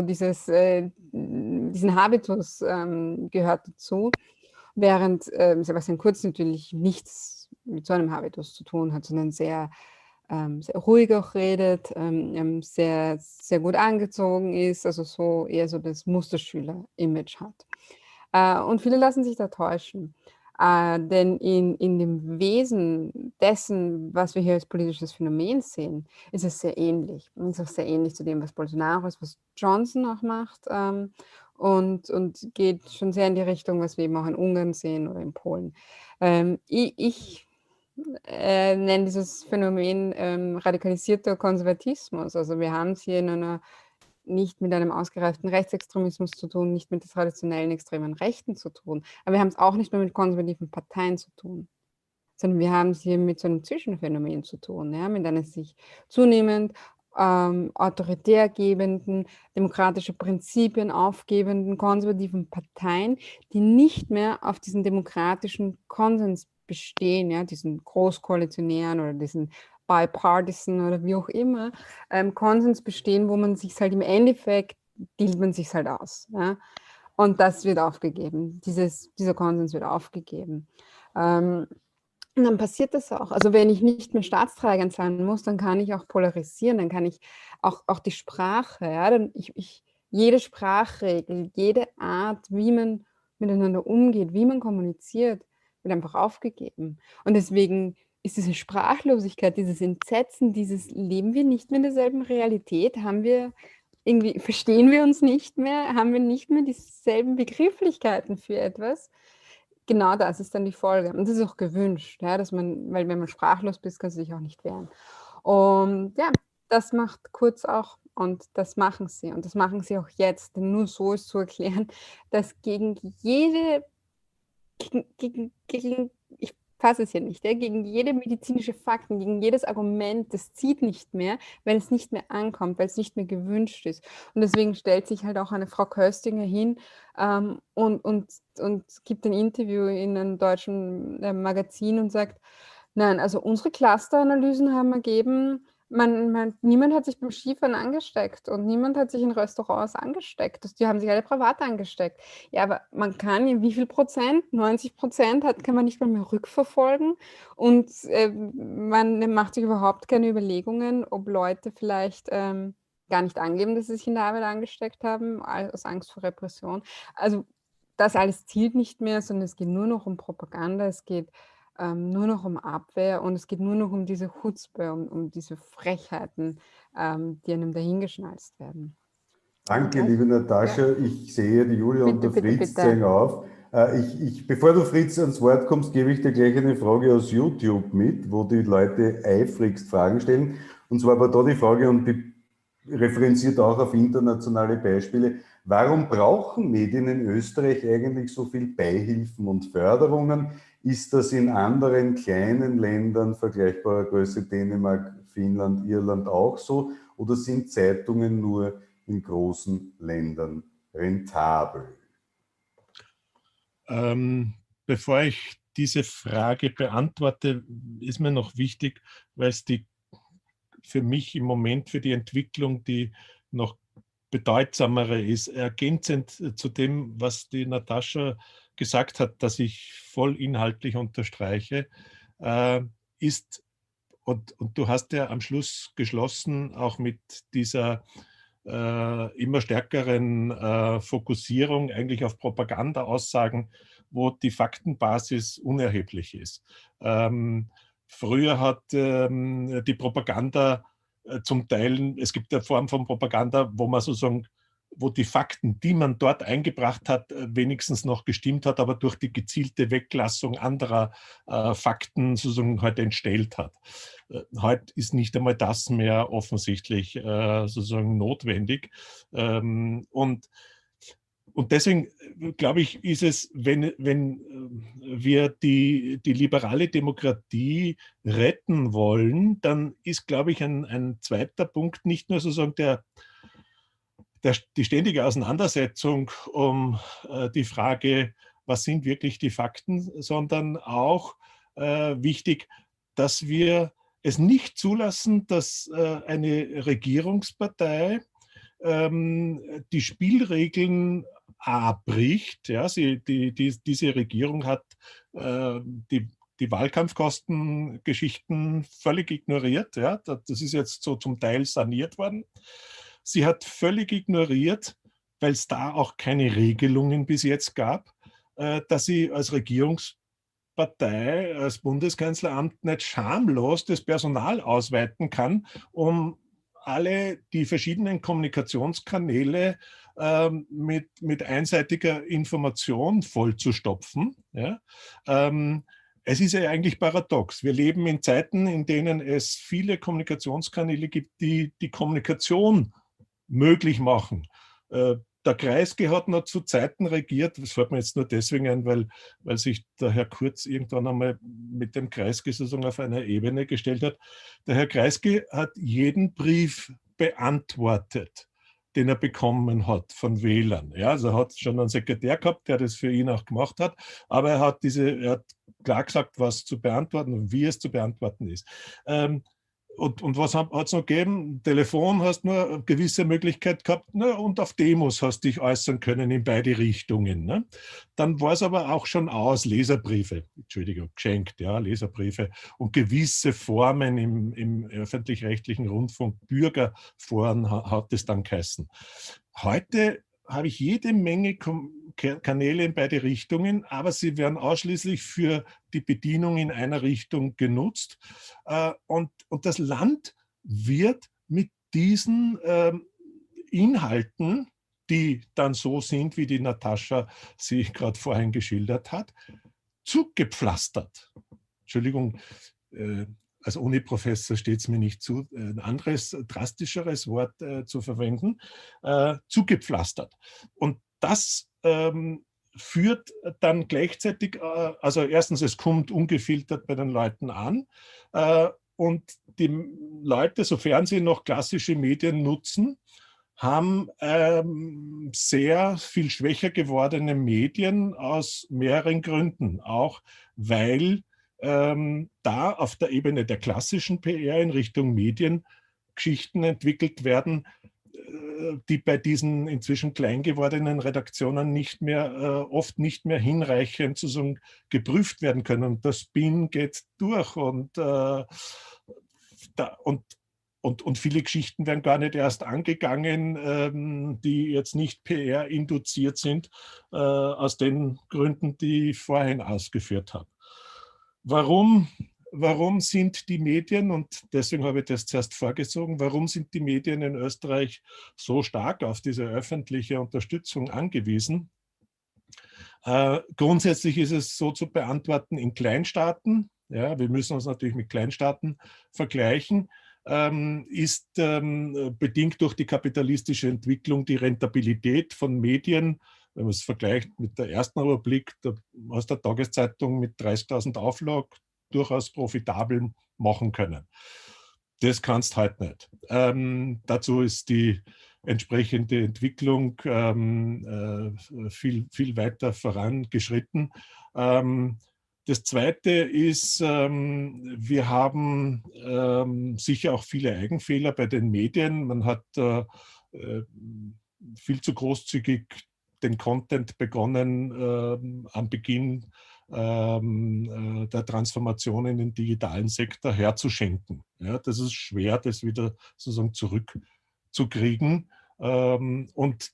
diesen Habitus gehört dazu, während Sebastian Kurz natürlich nichts mit so einem Habitus zu tun hat, sondern sehr ruhig auch redet, sehr, sehr gut angezogen ist, also so eher so das Musterschüler-Image hat. Und viele lassen sich da täuschen. Denn in dem Wesen dessen, was wir hier als politisches Phänomen sehen, ist es sehr ähnlich. Und es ist auch sehr ähnlich zu dem, was Bolsonaro ist, was Johnson auch macht und geht schon sehr in die Richtung, was wir eben auch in Ungarn sehen oder in Polen. Ich nenne dieses Phänomen radikalisierter Konservatismus. Also wir haben es hier nicht mit einem ausgereiften Rechtsextremismus zu tun, nicht mit der traditionellen extremen Rechten zu tun, aber wir haben es auch nicht nur mit konservativen Parteien zu tun, sondern wir haben es hier mit so einem Zwischenphänomen zu tun, ja, mit einer sich zunehmend autoritär gebenden, demokratische Prinzipien aufgebenden, konservativen Parteien, die nicht mehr auf diesen demokratischen Konsens bestehen, ja, diesen großkoalitionären oder diesen bipartisan oder wie auch immer, Konsens bestehen, wo man sich halt im Endeffekt, dealt man sich halt aus. Ja? Und das wird aufgegeben. Dieser Konsens wird aufgegeben. Und dann passiert das auch. Also wenn ich nicht mehr staatstragend sein muss, dann kann ich auch polarisieren, dann kann ich auch die Sprache, ja, jede Sprachregel, jede Art, wie man miteinander umgeht, wie man kommuniziert, wird einfach aufgegeben. Und deswegen ist diese Sprachlosigkeit, dieses Entsetzen, dieses leben wir nicht mehr in derselben Realität, verstehen wir uns nicht mehr, haben wir nicht mehr dieselben Begrifflichkeiten für etwas. Genau das ist dann die Folge. Und das ist auch gewünscht, ja, weil wenn man sprachlos bist, kannst du dich auch nicht wehren. Und ja, das macht Kurz auch Und das machen sie. Und das machen sie auch jetzt. Denn nur so ist zu erklären, dass gegen ich fasse es hier nicht, ja, gegen jede medizinische Fakten, gegen jedes Argument, das zieht nicht mehr, weil es nicht mehr ankommt, weil es nicht mehr gewünscht ist. Und deswegen stellt sich halt auch eine Frau Köstinger hin und gibt ein Interview in einem deutschen Magazin und sagt, nein, also unsere Clusteranalysen haben ergeben, niemand hat sich beim Skifahren angesteckt und niemand hat sich in Restaurants angesteckt. Die haben sich alle privat angesteckt. Ja, aber man kann ja wie viel Prozent? 90% kann man nicht mal mehr rückverfolgen. Und man macht sich überhaupt keine Überlegungen, ob Leute vielleicht gar nicht angeben, dass sie sich in der Arbeit angesteckt haben, aus Angst vor Repression. Also das alles zielt nicht mehr, sondern es geht nur noch um Propaganda, es geht nur noch um Abwehr und es geht nur noch um diese Chutzpe, um diese Frechheiten, die einem dahingeschnalzt werden. Danke, liebe Natascha. Ja. Ich sehe, die Julia und der Bitte, Fritz bitte. zeigen auf. Bevor du, Fritz, ans Wort kommst, gebe ich dir gleich eine Frage aus YouTube mit, wo die Leute eifrigst Fragen stellen. Und zwar war da die Frage, und die referenziert auch auf internationale Beispiele: Warum brauchen Medien in Österreich eigentlich so viel Beihilfen und Förderungen? Ist das in anderen kleinen Ländern vergleichbarer Größe, Dänemark, Finnland, Irland auch so? Oder sind Zeitungen nur in großen Ländern rentabel? Bevor ich diese Frage beantworte, ist mir noch wichtig, weil es für mich im Moment für die Entwicklung die noch bedeutsamere ist, ergänzend zu dem, was die Natascha gesagt hat, dass ich voll inhaltlich unterstreiche, ist, und du hast ja am Schluss geschlossen, auch mit dieser immer stärkeren Fokussierung eigentlich auf Propaganda-Aussagen, wo die Faktenbasis unerheblich ist. Früher hat die Propaganda zum Teil, es gibt eine Form von Propaganda, wo man sozusagen, wo die Fakten, die man dort eingebracht hat, wenigstens noch gestimmt hat, aber durch die gezielte Weglassung anderer Fakten sozusagen halt entstellt hat. Heute ist nicht einmal das mehr offensichtlich sozusagen notwendig. Und deswegen glaube ich, ist es, wenn wir die liberale Demokratie retten wollen, dann ist, glaube ich, ein zweiter Punkt nicht nur sozusagen die ständige Auseinandersetzung um die Frage, was sind wirklich die Fakten, sondern auch wichtig, dass wir es nicht zulassen, dass eine Regierungspartei die Spielregeln bricht. Ja, diese Regierung hat die Wahlkampfkostengeschichten völlig ignoriert. Ja, das ist jetzt so zum Teil saniert worden. Sie hat völlig ignoriert, weil es da auch keine Regelungen bis jetzt gab, dass sie als Regierungspartei, als Bundeskanzleramt nicht schamlos das Personal ausweiten kann, um alle die verschiedenen Kommunikationskanäle mit einseitiger Information vollzustopfen. Ja? Es ist ja eigentlich paradox. Wir leben in Zeiten, in denen es viele Kommunikationskanäle gibt, die die Kommunikation möglich machen. Der Kreisky hat noch zu Zeiten regiert, das fällt mir jetzt nur deswegen ein, weil sich der Herr Kurz irgendwann einmal mit dem Kreisky sozusagen auf einer Ebene gestellt hat. Der Herr Kreisky hat jeden Brief beantwortet, den er bekommen hat von Wählern. Ja, also er hat schon einen Sekretär gehabt, der das für ihn auch gemacht hat, aber er hat klar gesagt, was zu beantworten und wie es zu beantworten ist. Und was hat es noch gegeben? Telefon hast nur eine gewisse Möglichkeit gehabt, ne? Und auf Demos hast dich äußern können in beide Richtungen. Ne? Dann war es aber auch schon aus, Leserbriefe, Entschuldigung, geschenkt, ja, Leserbriefe und gewisse Formen im öffentlich-rechtlichen Rundfunk, Bürgerforen hat es dann geheißen. Heute habe ich jede Menge Kanäle in beide Richtungen, aber sie werden ausschließlich für die Bedienung in einer Richtung genutzt. Und das Land wird mit diesen Inhalten, die dann so sind, wie die Natascha sie gerade vorhin geschildert hat, zugepflastert. Entschuldigung, als Uniprofessor steht es mir nicht zu, ein anderes, drastischeres Wort zu verwenden, zugepflastert. Und das führt dann gleichzeitig, also erstens, es kommt ungefiltert bei den Leuten an und die Leute, sofern sie noch klassische Medien nutzen, haben sehr viel schwächer gewordene Medien aus mehreren Gründen. Auch weil da auf der Ebene der klassischen PR in Richtung Medien Geschichten entwickelt werden, die bei diesen inzwischen klein gewordenen Redaktionen nicht mehr, oft nicht mehr hinreichend sozusagen geprüft werden können. Und der Spin geht durch und viele Geschichten werden gar nicht erst angegangen, die jetzt nicht PR-induziert sind, aus den Gründen, die ich vorhin ausgeführt habe. Warum sind die Medien, und deswegen habe ich das zuerst vorgezogen, warum sind die Medien in Österreich so stark auf diese öffentliche Unterstützung angewiesen? Grundsätzlich ist es so zu beantworten in Kleinstaaten, ja, wir müssen uns natürlich mit Kleinstaaten vergleichen, ist bedingt durch die kapitalistische Entwicklung die Rentabilität von Medien, wenn man es vergleicht mit der Ersten Republik, aus der Tageszeitung mit 30.000 Auflagen, durchaus profitabel machen können. Das kannst du halt nicht. Dazu ist die entsprechende Entwicklung viel weiter vorangeschritten. Das Zweite ist, wir haben sicher auch viele Eigenfehler bei den Medien. Man hat viel zu großzügig den Content begonnen, am Beginn der Transformation in den digitalen Sektor herzuschenken. Ja, das ist schwer, das wieder sozusagen zurückzukriegen. Und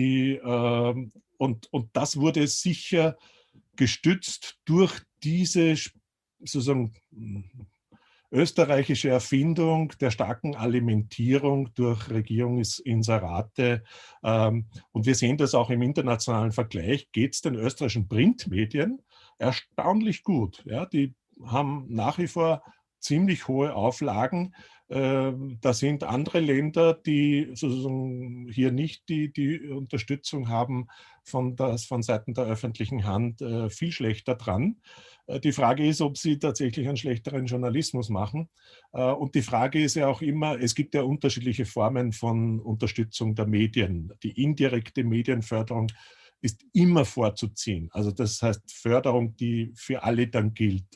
das wurde sicher gestützt durch diese sozusagen österreichische Erfindung der starken Alimentierung durch Regierungsinserate. Und wir sehen das auch im internationalen Vergleich, geht es den österreichischen Printmedien erstaunlich gut. Ja, die haben nach wie vor ziemlich hohe Auflagen. Da sind andere Länder, die sozusagen hier nicht die Unterstützung haben von Seiten der öffentlichen Hand, viel schlechter dran. Die Frage ist, ob sie tatsächlich einen schlechteren Journalismus machen. Und die Frage ist ja auch immer, es gibt ja unterschiedliche Formen von Unterstützung der Medien. Die indirekte Medienförderung ist immer vorzuziehen. Also das heißt Förderung, die für alle dann gilt.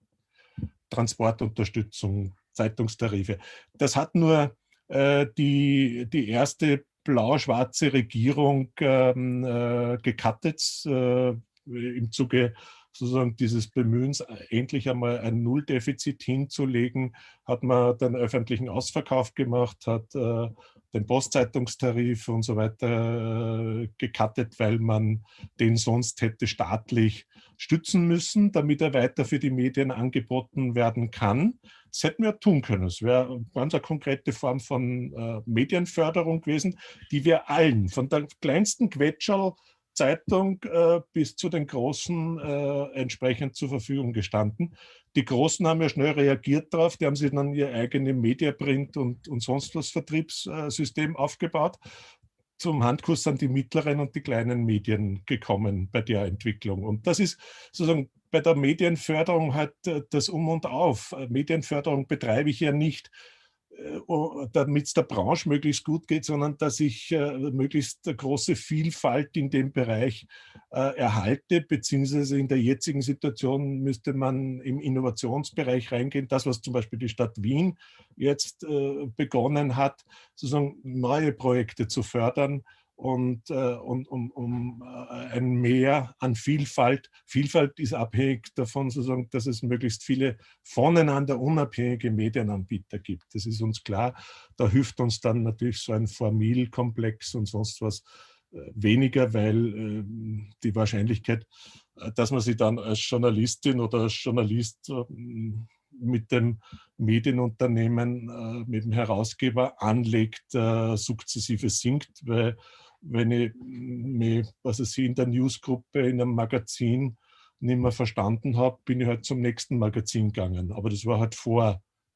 Transportunterstützung, Zeitungstarife. Das hat nur die erste blau-schwarze Regierung gecuttet im Zuge sozusagen dieses Bemühens, endlich einmal ein Nulldefizit hinzulegen, hat man den öffentlichen Ausverkauf gemacht, hat den Postzeitungstarif und so weiter gecuttet, weil man den sonst hätte staatlich stützen müssen, damit er weiter für die Medien angeboten werden kann. Das hätten wir tun können. Es wäre ganz eine konkrete Form von Medienförderung gewesen, die wir allen, von der kleinsten Quetscherl Zeitung bis zu den Großen entsprechend zur Verfügung gestanden. Die Großen haben ja schnell reagiert darauf, die haben sich dann ihr eigenes Mediaprint und sonst was Vertriebssystem aufgebaut. Zum Handkuss sind die mittleren und die kleinen Medien gekommen bei der Entwicklung. Und das ist sozusagen bei der Medienförderung halt das Um und Auf. Medienförderung betreibe ich ja nicht, damit es der Branche möglichst gut geht, sondern dass ich möglichst große Vielfalt in dem Bereich erhalte, beziehungsweise in der jetzigen Situation müsste man im Innovationsbereich reingehen. Das, was zum Beispiel die Stadt Wien jetzt begonnen hat, sozusagen neue Projekte zu fördern, und um ein Mehr an Vielfalt. Vielfalt ist abhängig davon, sozusagen, dass es möglichst viele voneinander unabhängige Medienanbieter gibt. Das ist uns klar. Da hilft uns dann natürlich so ein Formil-Komplex und sonst was weniger, weil die Wahrscheinlichkeit, dass man sich dann als Journalistin oder als Journalist mit dem Medienunternehmen, mit dem Herausgeber anlegt, sukzessive sinkt, weil wenn ich mich, was ich in der Newsgruppe in einem Magazin nicht mehr verstanden habe, bin ich halt zum nächsten Magazin gegangen. Aber das war halt vor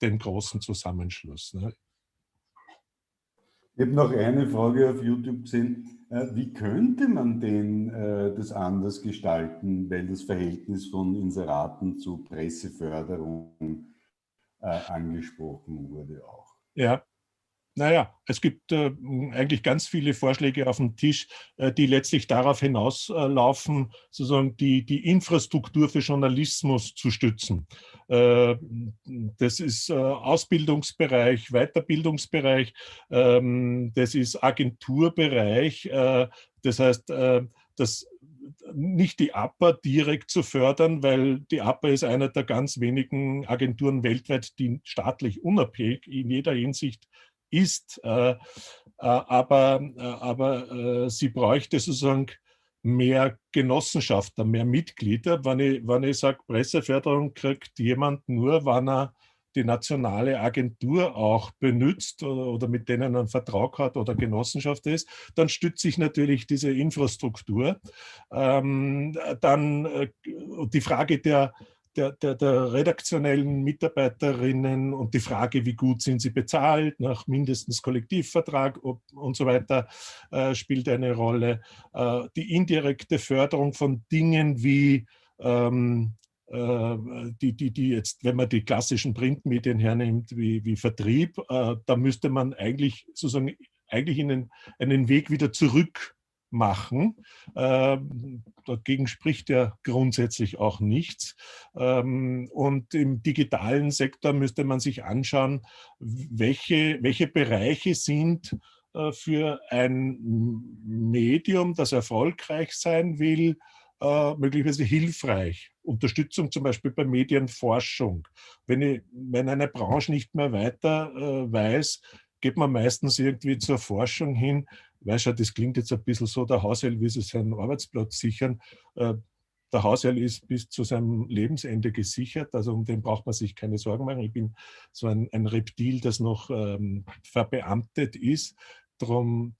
den großen Zusammenschluss. Ne? Ich habe noch eine Frage auf YouTube gesehen. Wie könnte man denn das anders gestalten, weil das Verhältnis von Inseraten zu Presseförderung angesprochen wurde auch? Ja. Naja, es gibt eigentlich ganz viele Vorschläge auf dem Tisch, die letztlich darauf hinauslaufen, sozusagen die Infrastruktur für Journalismus zu stützen. Das ist Ausbildungsbereich, Weiterbildungsbereich, das ist Agenturbereich. Das heißt, das nicht die APA direkt zu fördern, weil die APA ist eine der ganz wenigen Agenturen weltweit, die staatlich unabhängig in jeder Hinsicht ist, aber sie bräuchte sozusagen mehr Genossenschafter, mehr Mitglieder. Wenn ich sage, Presseförderung kriegt jemand nur, wenn er die nationale Agentur auch benutzt oder mit denen einen Vertrag hat oder Genossenschaft ist, dann stütze ich natürlich diese Infrastruktur. Dann die Frage der redaktionellen Mitarbeiterinnen und die Frage, wie gut sind sie bezahlt, nach mindestens Kollektivvertrag und so weiter, spielt eine Rolle. Die indirekte Förderung von Dingen wie die jetzt, wenn man die klassischen Printmedien hernimmt, wie Vertrieb, da müsste man eigentlich sozusagen in einen Weg wieder zurück machen. Dagegen spricht ja grundsätzlich auch nichts. Und im digitalen Sektor müsste man sich anschauen, welche Bereiche sind für ein Medium, das erfolgreich sein will, möglicherweise hilfreich. Unterstützung zum Beispiel bei Medienforschung. Wenn eine Branche nicht mehr weiter weiß, geht man meistens irgendwie zur Forschung hin. Weißt du, das klingt jetzt ein bisschen so, der Hausherr will sich seinen Arbeitsplatz sichern. Der Hausherr ist bis zu seinem Lebensende gesichert, also um den braucht man sich keine Sorgen machen. Ich bin so ein Reptil, das noch verbeamtet ist. Drum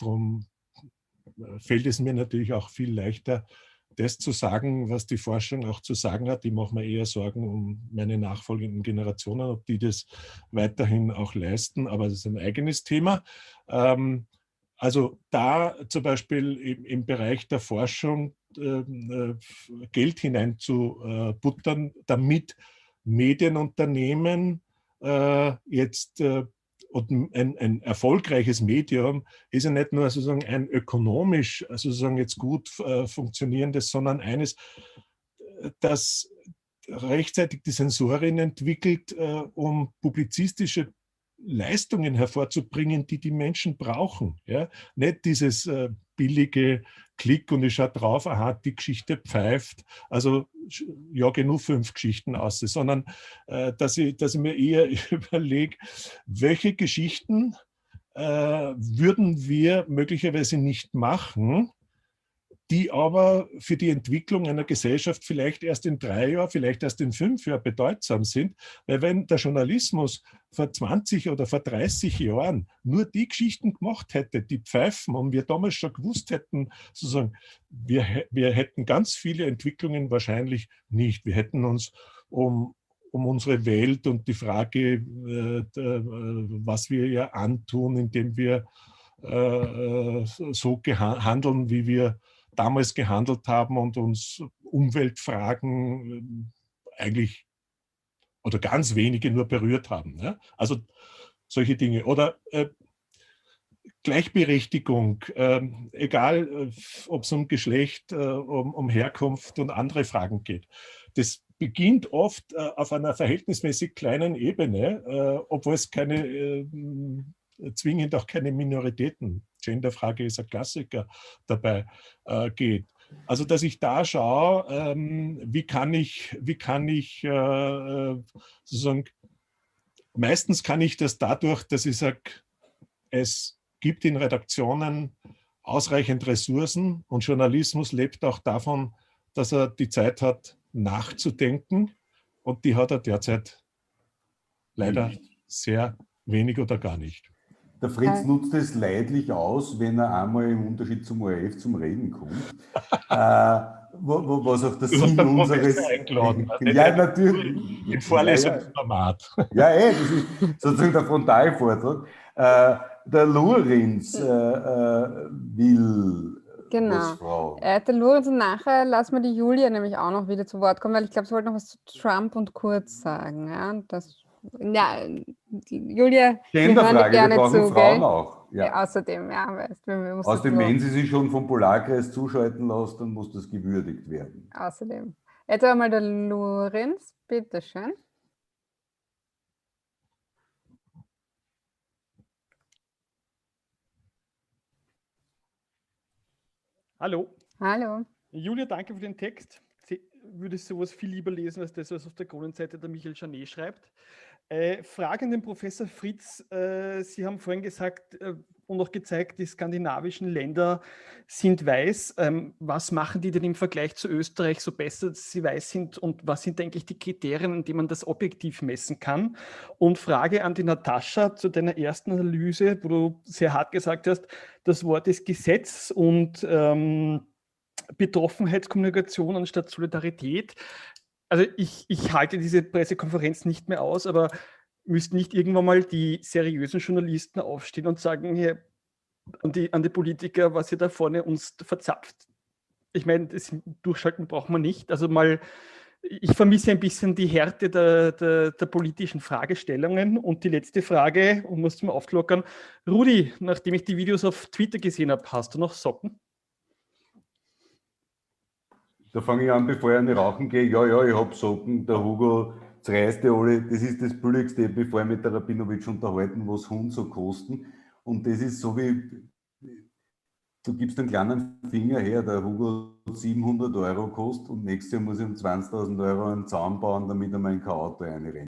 fällt es mir natürlich auch viel leichter, das zu sagen, was die Forschung auch zu sagen hat. Ich mache mir eher Sorgen um meine nachfolgenden Generationen, ob die das weiterhin auch leisten, aber das ist ein eigenes Thema. Also da zum Beispiel im Bereich der Forschung Geld hineinzubuttern, damit Medienunternehmen jetzt und ein erfolgreiches Medium ist ja nicht nur sozusagen ein ökonomisch sozusagen jetzt gut funktionierendes, sondern eines, das rechtzeitig die Sensoren entwickelt, um publizistische Leistungen hervorzubringen, die die Menschen brauchen. Ja? Nicht dieses billige Klick und ich schaue drauf, aha, die Geschichte pfeift, also ja, genug 5 Geschichten aus, sondern dass ich mir eher überlege, welche Geschichten würden wir möglicherweise nicht machen, die aber für die Entwicklung einer Gesellschaft vielleicht erst in 3 Jahren, vielleicht erst in 5 Jahren bedeutsam sind. Weil wenn der Journalismus vor 20 oder vor 30 Jahren nur die Geschichten gemacht hätte, die pfeifen, und wir damals schon gewusst hätten, sozusagen, wir hätten ganz viele Entwicklungen wahrscheinlich nicht. Wir hätten uns um unsere Welt und die Frage, was wir ihr antun, indem wir so handeln, wie wir damals gehandelt haben und uns Umweltfragen eigentlich oder ganz wenige nur berührt haben. Ne? Also solche Dinge. Oder Gleichberechtigung, egal ob es um Geschlecht, um Herkunft und andere Fragen geht. Das beginnt oft auf einer verhältnismäßig kleinen Ebene, obwohl es keine zwingend auch keine Minoritäten, Genderfrage ist ein Klassiker, dabei geht. Also dass ich da schaue, wie kann ich sozusagen, meistens kann ich das dadurch, dass ich sage, es gibt in Redaktionen ausreichend Ressourcen und Journalismus lebt auch davon, dass er die Zeit hat, nachzudenken, und die hat er derzeit leider sehr wenig oder gar nicht. Der Fritz nutzt es leidlich aus, wenn er einmal im Unterschied zum ORF zum Reden kommt. was auch der Du hast Sinn einen Professor unseres... eingeladen. Ja, natürlich. Im Vorlesungsformat. Ja, das ist sozusagen der Frontalvortrag. Der Lorenz will was Genau. fragen. Der Lorenz, und nachher lassen wir die Julia nämlich auch noch wieder zu Wort kommen, weil ich glaube, sie wollte noch was zu Trump und Kurz sagen. Ja, ja, Julia, wir hören dir Genderfrage, wir gerne brauchen zu, Frauen gell? auch. Ja, Ja. außerdem, ja, weißt du, wir mussten Außerdem, nur, wenn sie sich schon vom Polarkreis zuschalten lässt, dann muss das gewürdigt werden. außerdem. Jetzt aber mal der Lorenz, bitteschön. Hallo. Hallo. Julia, danke für den Text. Würde ich sowas viel lieber lesen, als das, was auf der Kronenseite der Michael Janet schreibt. Frage an den Professor Fritz. Sie haben vorhin gesagt und auch gezeigt, die skandinavischen Länder sind weiß. Was machen die denn im Vergleich zu Österreich so besser, dass sie weiß sind? Und was sind eigentlich die Kriterien, an denen man das objektiv messen kann? Und Frage an die Natascha zu deiner ersten Analyse, wo du sehr hart gesagt hast, das Wort ist Gesetz und Betroffenheitskommunikation anstatt Solidarität. Also ich halte diese Pressekonferenz nicht mehr aus, aber müssten nicht irgendwann mal die seriösen Journalisten aufstehen und sagen, hier an die Politiker, was ihr da vorne uns verzapft. Ich meine, das Durchschalten braucht man nicht. Also mal, ich vermisse ein bisschen die Härte der politischen Fragestellungen. Und die letzte Frage, um es zum Auflockern. Rudi, nachdem ich die Videos auf Twitter gesehen habe, hast du noch Socken? Da fange ich an, bevor ich an die Rauchen gehe. Ja, ich habe Socken. Der Hugo zerreißt ja alle. Das ist das Billigste, bevor ich mit der Rabinowitsch unterhalten, was Hund so kosten. Und das ist so wie, du gibst einen kleinen Finger her, der Hugo 700 Euro kostet und nächstes Jahr muss ich um 20.000 Euro einen Zaun bauen, damit er mal in kein Auto reinrennt.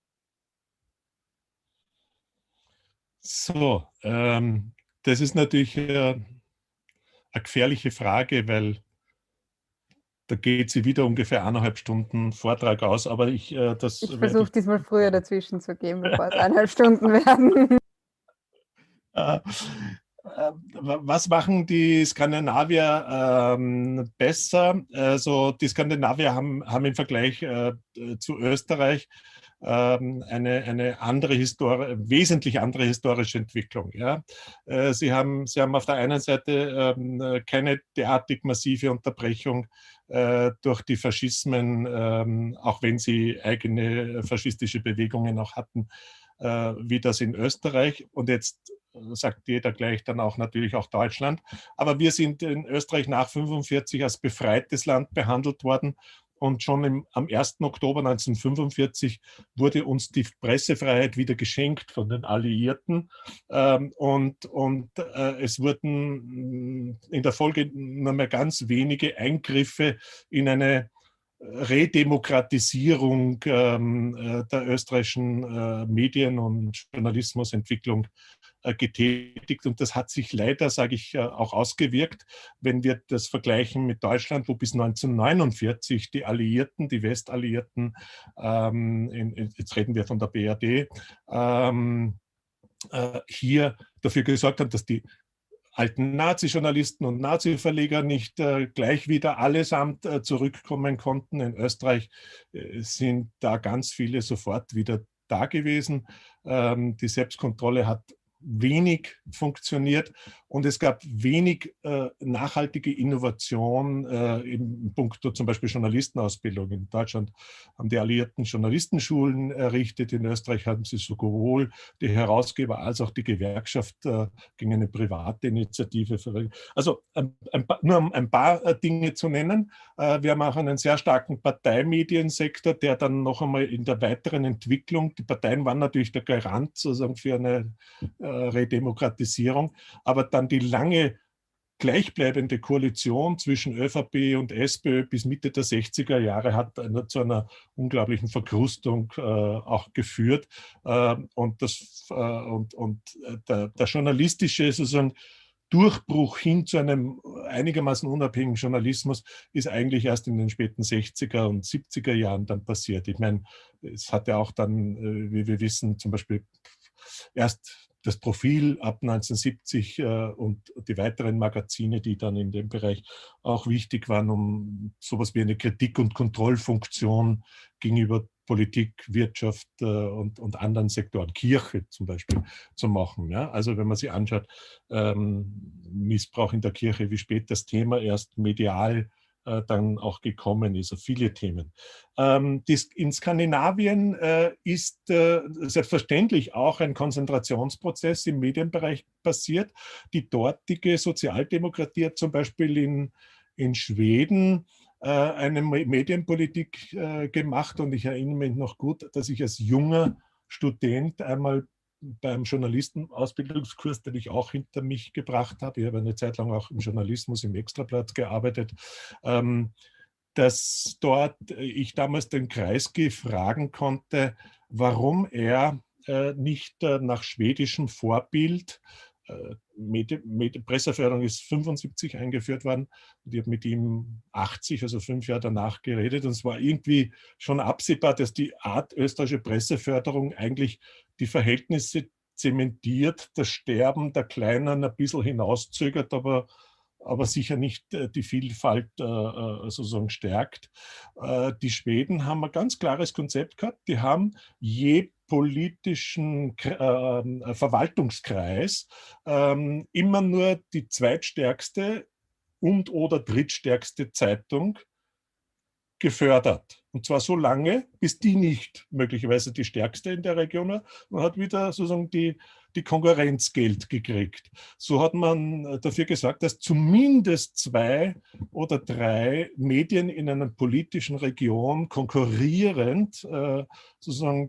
So, das ist natürlich eine gefährliche Frage, weil da geht sie wieder ungefähr 1,5 Stunden Vortrag aus, aber ich Ich versuche diesmal früher dazwischen zu gehen, bevor es 1,5 Stunden werden. Was machen die Skandinavier besser? Also die Skandinavier haben im Vergleich zu Österreich eine andere wesentlich andere historische Entwicklung. Ja? Sie haben auf der einen Seite keine derartig massive Unterbrechung durch die Faschismen, auch wenn sie eigene faschistische Bewegungen auch hatten, wie das in Österreich. Und jetzt sagt jeder gleich dann auch natürlich auch Deutschland. Aber wir sind in Österreich nach 1945 als befreites Land behandelt worden. Und schon am 1. Oktober 1945 wurde uns die Pressefreiheit wieder geschenkt von den Alliierten. Es wurden in der Folge nur mehr ganz wenige Eingriffe in eine Redemokratisierung der österreichischen Medien- und Journalismusentwicklung getätigt. Und das hat sich leider, sage ich, auch ausgewirkt, wenn wir das vergleichen mit Deutschland, wo bis 1949 die Alliierten, die Westalliierten, jetzt reden wir von der BRD, hier dafür gesorgt haben, dass die alten Nazi-Journalisten und Nazi-Verleger nicht gleich wieder allesamt zurückkommen konnten. In Österreich sind da ganz viele sofort wieder da gewesen. Die Selbstkontrolle hat wenig funktioniert und es gab wenig nachhaltige Innovation im Punkto zum Beispiel Journalistenausbildung. In Deutschland haben die Alliierten Journalistenschulen errichtet, in Österreich haben sie sowohl die Herausgeber als auch die Gewerkschaft gegen eine private Initiative verwendet. Also nur um ein paar Dinge zu nennen. Wir haben auch einen sehr starken Parteimediensektor, der dann noch einmal in der weiteren Entwicklung, die Parteien waren natürlich der Garant sozusagen für eine Redemokratisierung, aber dann die lange gleichbleibende Koalition zwischen ÖVP und SPÖ bis Mitte der 60er Jahre hat zu einer unglaublichen Verkrustung auch geführt. Und der journalistische sozusagen Durchbruch hin zu einem einigermaßen unabhängigen Journalismus ist eigentlich erst in den späten 60er und 70er Jahren dann passiert. Ich meine, es hat ja auch dann, wie wir wissen, zum Beispiel erst das Profil ab 1970 und die weiteren Magazine, die dann in dem Bereich auch wichtig waren, um sowas wie eine Kritik- und Kontrollfunktion gegenüber Politik, Wirtschaft und anderen Sektoren, Kirche zum Beispiel, zu machen. Ja? Also wenn man sich anschaut, Missbrauch in der Kirche, wie spät das Thema erst medial dann auch gekommen ist, auf viele Themen. In Skandinavien ist selbstverständlich auch ein Konzentrationsprozess im Medienbereich passiert. Die dortige Sozialdemokratie hat zum Beispiel in Schweden eine Medienpolitik gemacht, und ich erinnere mich noch gut, dass ich als junger Student einmal beim Journalistenausbildungskurs, den ich auch hinter mich gebracht habe, ich habe eine Zeit lang auch im Journalismus im Extrablatt gearbeitet, dass dort ich damals den Kreisky fragen konnte, warum er nicht nach schwedischem Vorbild, Presseförderung ist 75 eingeführt worden, und ich habe mit ihm 80, also 5 Jahre danach geredet, und es war irgendwie schon absehbar, dass die Art österreichische Presseförderung eigentlich die Verhältnisse zementiert, das Sterben der Kleinen ein bisschen hinauszögert, aber sicher nicht die Vielfalt sozusagen stärkt. Die Schweden haben ein ganz klares Konzept gehabt. Die haben je politischen Verwaltungskreis immer nur die zweitstärkste und oder drittstärkste Zeitung gefördert. Und zwar so lange, bis die nicht möglicherweise die stärkste in der Region war. Man hat wieder sozusagen die Konkurrenzgeld gekriegt. So hat man dafür gesorgt, dass zumindest 2 oder 3 Medien in einer politischen Region konkurrierend sozusagen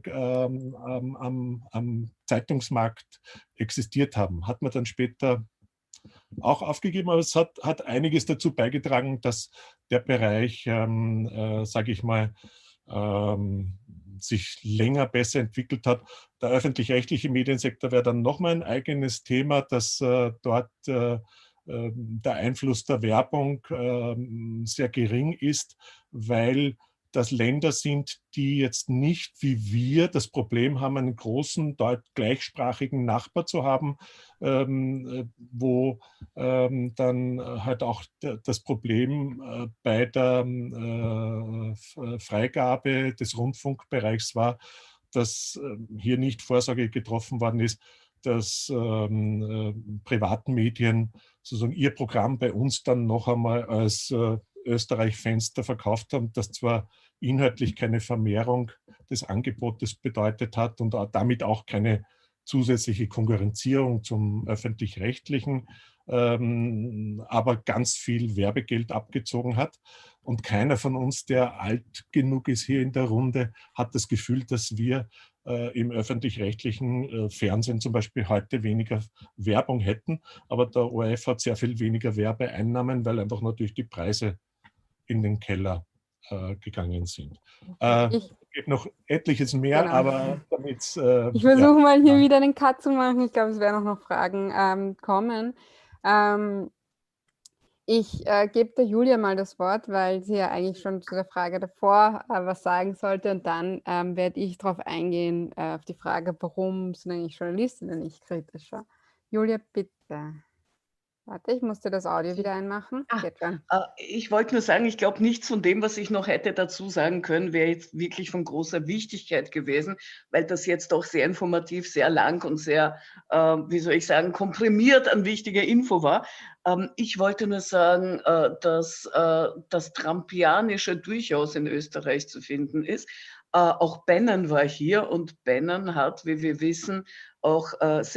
am Zeitungsmarkt existiert haben. Hat man dann später auch aufgegeben, aber es hat einiges dazu beigetragen, dass der Bereich, sage ich mal, sich länger besser entwickelt hat. Der öffentlich-rechtliche Mediensektor wäre dann nochmal ein eigenes Thema, dass dort der Einfluss der Werbung sehr gering ist, weil das Länder sind, die jetzt nicht wie wir das Problem haben, einen großen, gleichsprachigen Nachbar zu haben, wo dann halt auch das Problem bei der Freigabe des Rundfunkbereichs war, dass hier nicht Vorsorge getroffen worden ist, dass privaten Medien sozusagen ihr Programm bei uns dann noch einmal als Österreich-Fenster verkauft haben, das zwar inhaltlich keine Vermehrung des Angebotes bedeutet hat und damit auch keine zusätzliche Konkurrenzierung zum öffentlich-rechtlichen, aber ganz viel Werbegeld abgezogen hat. Und keiner von uns, der alt genug ist hier in der Runde, hat das Gefühl, dass wir im öffentlich-rechtlichen Fernsehen zum Beispiel heute weniger Werbung hätten. Aber der ORF hat sehr viel weniger Werbeeinnahmen, weil einfach natürlich die Preise in den Keller gegangen sind. Es gibt noch etliches mehr, Genau. aber damit ich versuche mal hier wieder einen Cut zu machen. Ich glaube, es werden auch noch Fragen kommen. Ich gebe der Julia mal das Wort, weil sie ja eigentlich schon zu der Frage davor was sagen sollte, und dann werde ich darauf eingehen, auf die Frage, warum sind eigentlich Journalistinnen nicht kritischer. Julia, bitte. Warte, ich musste das Audio wieder einmachen. Geht schon. Ich wollte nur sagen, ich glaube, nichts von dem, was ich noch hätte dazu sagen können, wäre jetzt wirklich von großer Wichtigkeit gewesen, weil das jetzt doch sehr informativ, sehr lang und sehr, wie soll ich sagen, komprimiert an wichtiger Info war. Ich wollte nur sagen, dass das Trumpianische durchaus in Österreich zu finden ist. Auch Bannon war hier, und Bannon hat, wie wir wissen, auch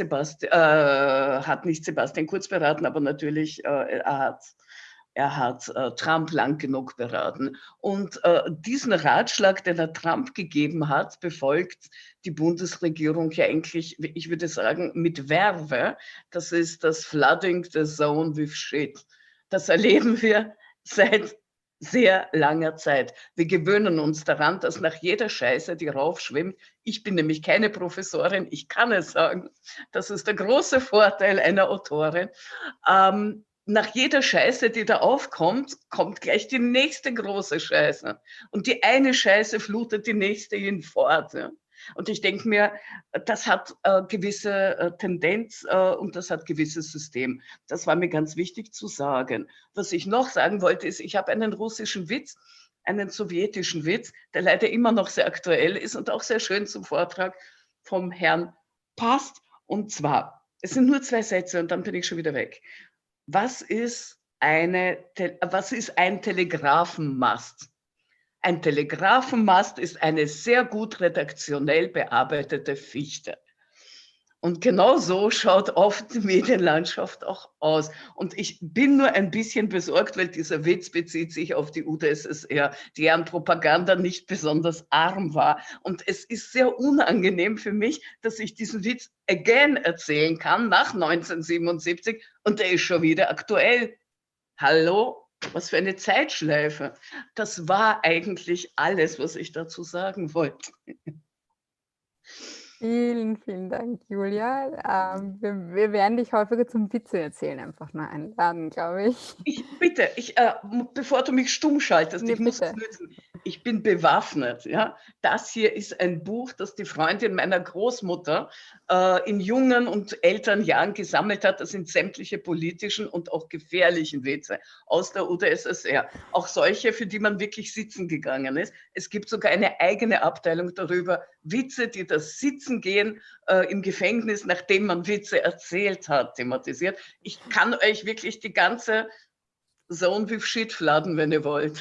hat nicht Sebastian Kurz beraten, aber natürlich er hat Trump lang genug beraten. Und diesen Ratschlag, den er Trump gegeben hat, befolgt die Bundesregierung ja eigentlich, ich würde sagen, mit Verve. Das ist das Flooding the Zone with Shit. Das erleben wir seit sehr langer Zeit. Wir gewöhnen uns daran, dass nach jeder Scheiße, die raufschwimmt, ich bin nämlich keine Professorin, ich kann es sagen, das ist der große Vorteil einer Autorin, nach jeder Scheiße, die da aufkommt, kommt gleich die nächste große Scheiße. Und die eine Scheiße flutet die nächste hinfort. Ja. Und ich denke mir, das hat gewisse Tendenz und das hat gewisses System. Das war mir ganz wichtig zu sagen. Was ich noch sagen wollte, ist, ich habe einen russischen Witz, einen sowjetischen Witz, der leider immer noch sehr aktuell ist und auch sehr schön zum Vortrag vom Herrn passt. Und zwar, es sind nur 2 Sätze und dann bin ich schon wieder weg. Was ist ein Telegrafenmast? Ein Telegrafenmast ist eine sehr gut redaktionell bearbeitete Fichte. Und genau so schaut oft die Medienlandschaft auch aus. Und ich bin nur ein bisschen besorgt, weil dieser Witz bezieht sich auf die UdSSR, deren Propaganda nicht besonders arm war. Und es ist sehr unangenehm für mich, dass ich diesen Witz again erzählen kann, nach 1977, und der ist schon wieder aktuell. Hallo? Was für eine Zeitschleife. Das war eigentlich alles, was ich dazu sagen wollte. Vielen, vielen Dank, Julia. Wir werden dich häufiger zum Witze erzählen einfach mal einladen, glaube ich. Bitte, bevor du mich stumm schaltest, Nee, ich muss es bitte. nützen. Ich bin bewaffnet. Ja? Das hier ist ein Buch, das die Freundin meiner Großmutter in jungen und älteren Jahren gesammelt hat. Das sind sämtliche politischen und auch gefährlichen Witze aus der UdSSR. Auch solche, für die man wirklich sitzen gegangen ist. Es gibt sogar eine eigene Abteilung darüber, Witze, die das Sitzen gehen im Gefängnis, nachdem man Witze erzählt hat, thematisiert. Ich kann euch wirklich die ganze Zone with Shit fladen, wenn ihr wollt.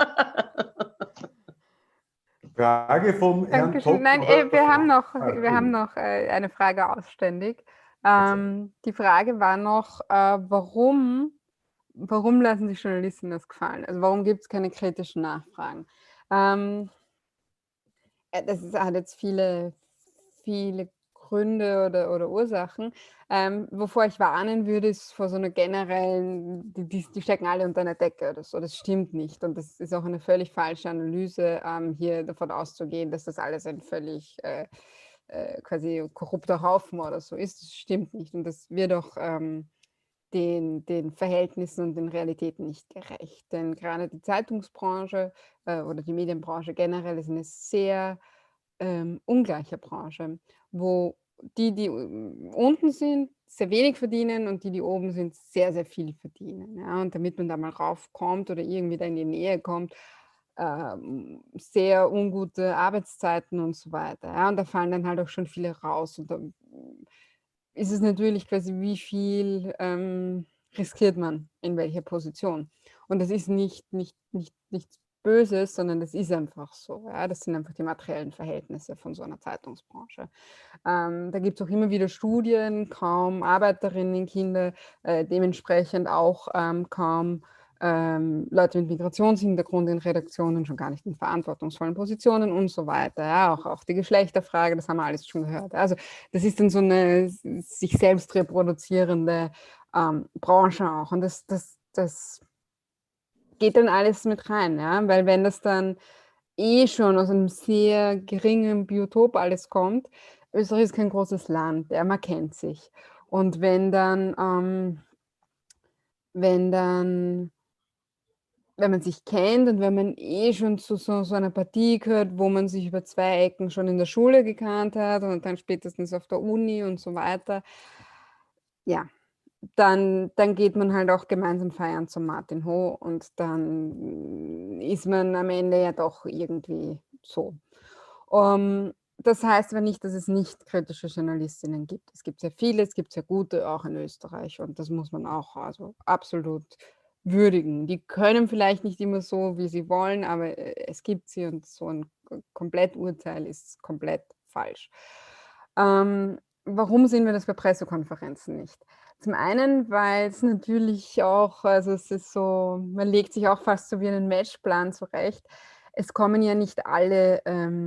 Frage vom Herrn Dankeschön. Koch. Nein, oder- wir haben noch, Ah, wir haben noch eine Frage ausständig. Also. Die Frage war noch, warum lassen sich Journalisten das gefallen? Also warum gibt es keine kritischen Nachfragen? Hat jetzt viele Gründe oder Ursachen. Wovor ich warnen würde, ist vor so einer generellen, die stecken alle unter einer Decke oder so. Das stimmt nicht. Und das ist auch eine völlig falsche Analyse, hier davon auszugehen, dass das alles ein völlig quasi korrupter Haufen oder so ist. Das stimmt nicht. Und das wird auch den Verhältnissen und den Realitäten nicht gerecht. Denn gerade die Zeitungsbranche oder die Medienbranche generell ist eine sehr ungleiche Branche, wo die unten sind, sehr wenig verdienen und die oben sind, sehr, sehr viel verdienen. Ja? Und damit man da mal raufkommt oder irgendwie da in die Nähe kommt, sehr ungute Arbeitszeiten und so weiter. Ja? Und da fallen dann halt auch schon viele raus. Und da ist es natürlich quasi, wie viel riskiert man in welcher Position. Und das ist nichts Böses, sondern das ist einfach so. Ja? Das sind einfach die materiellen Verhältnisse von so einer Zeitungsbranche. Da gibt es auch immer wieder Studien, kaum Arbeiterinnenkinder, dementsprechend auch kaum Leute mit Migrationshintergrund in Redaktionen, schon gar nicht in verantwortungsvollen Positionen und so weiter. Ja? Auch die Geschlechterfrage, das haben wir alles schon gehört. Also das ist dann so eine sich selbst reproduzierende Branche auch. Und das geht dann alles mit rein, ja? Weil wenn das dann schon aus einem sehr geringen Biotop alles kommt, Österreich ist kein großes Land, ja, man kennt sich. Und wenn man sich kennt und wenn man schon zu so einer Partie gehört, wo man sich über 2 Ecken schon in der Schule gekannt hat und dann spätestens auf der Uni und so weiter, ja, dann geht man halt auch gemeinsam feiern zum Martin Ho und dann ist man am Ende ja doch irgendwie so. Das heißt aber nicht, dass es nicht kritische Journalistinnen gibt. Es gibt sehr viele, es gibt sehr gute, auch in Österreich und das muss man auch also absolut würdigen. Die können vielleicht nicht immer so, wie sie wollen, aber es gibt sie und so ein Kompletturteil ist komplett falsch. Warum sehen wir das bei Pressekonferenzen nicht? Zum einen, weil es natürlich auch, also es ist so, man legt sich auch fast so wie einen Matchplan zurecht. Es kommen ja nicht alle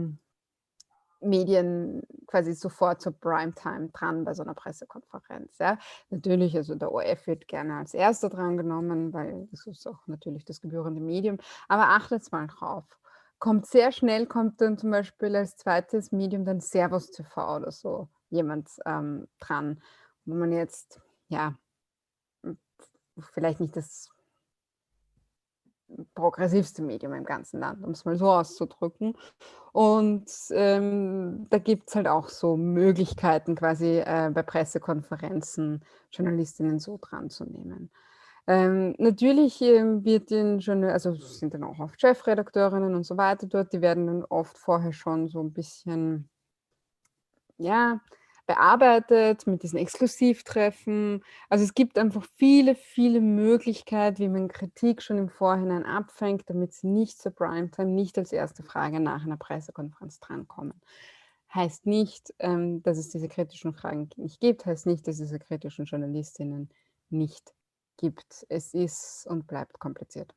Medien quasi sofort zur Primetime dran bei so einer Pressekonferenz. Ja. Natürlich, also der ORF wird gerne als erster drangenommen, weil das ist auch natürlich das gebührende Medium. Aber achtet mal drauf. Sehr schnell kommt dann zum Beispiel als zweites Medium dann Servus TV oder so jemand dran, wo man jetzt, ja, vielleicht nicht das progressivste Medium im ganzen Land, um es mal so auszudrücken. Und da gibt es halt auch so Möglichkeiten, quasi bei Pressekonferenzen Journalistinnen so dran zu nehmen. Natürlich wird also sind dann auch oft Chefredakteurinnen und so weiter dort, die werden dann oft vorher schon so ein bisschen, ja, bearbeitet mit diesen Exklusivtreffen. Also es gibt einfach viele, viele Möglichkeiten, wie man Kritik schon im Vorhinein abfängt, damit sie nicht zur Primetime, nicht als erste Frage nach einer Pressekonferenz drankommen. Heißt nicht, dass es diese kritischen Fragen nicht gibt, heißt nicht, dass es diese kritischen Journalistinnen nicht gibt. Es ist und bleibt kompliziert.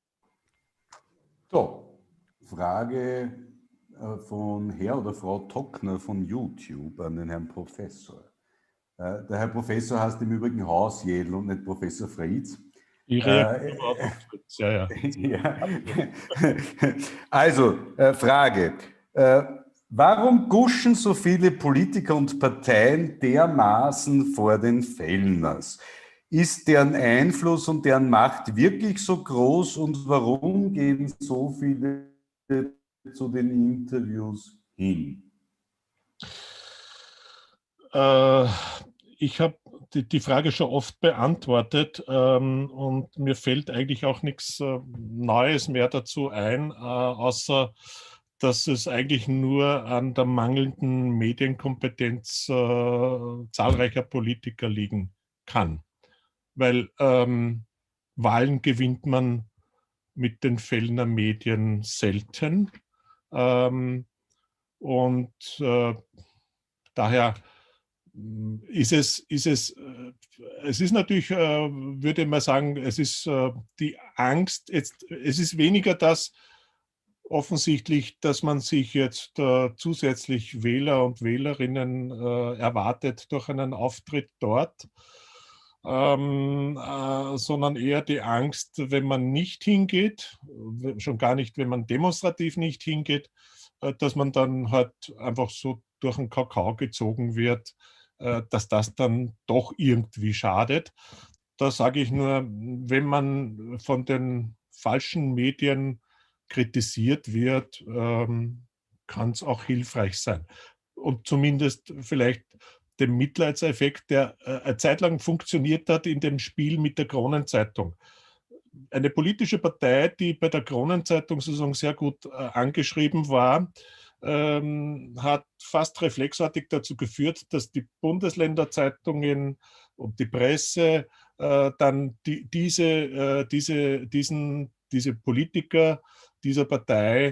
So, Frage von Herr oder Frau Tockner von YouTube an den Herrn Professor. Der Herr Professor heißt im Übrigen Hausjädl und nicht Professor Fritz. Ich reagiere auf Fritz, ja. Ja. Also, Frage. Warum guschen so viele Politiker und Parteien dermaßen vor den Fellners? Ist deren Einfluss und deren Macht wirklich so groß und warum gehen so viele zu den Interviews hin? Ich habe die Frage schon oft beantwortet und mir fällt eigentlich auch nichts Neues mehr dazu ein, außer dass es eigentlich nur an der mangelnden Medienkompetenz zahlreicher Politiker liegen kann. Weil Wahlen gewinnt man mit den Fellner Medien selten. Und daher ist es ist natürlich, würde man sagen, es ist die Angst, es ist weniger das offensichtlich, dass man sich jetzt zusätzlich Wähler und Wählerinnen erwartet durch einen Auftritt dort, sondern eher die Angst, wenn man nicht hingeht, schon gar nicht, wenn man demonstrativ nicht hingeht, dass man dann halt einfach so durch den Kakao gezogen wird, dass das dann doch irgendwie schadet. Da sage ich nur, wenn man von den falschen Medien kritisiert wird, kann es auch hilfreich sein. Und zumindest vielleicht den Mitleidseffekt, der eine Zeit lang funktioniert hat in dem Spiel mit der Kronenzeitung. Eine politische Partei, die bei der Kronenzeitung sozusagen sehr gut angeschrieben war, hat fast reflexartig dazu geführt, dass die Bundesländerzeitungen und die Presse dann diese Politiker dieser Partei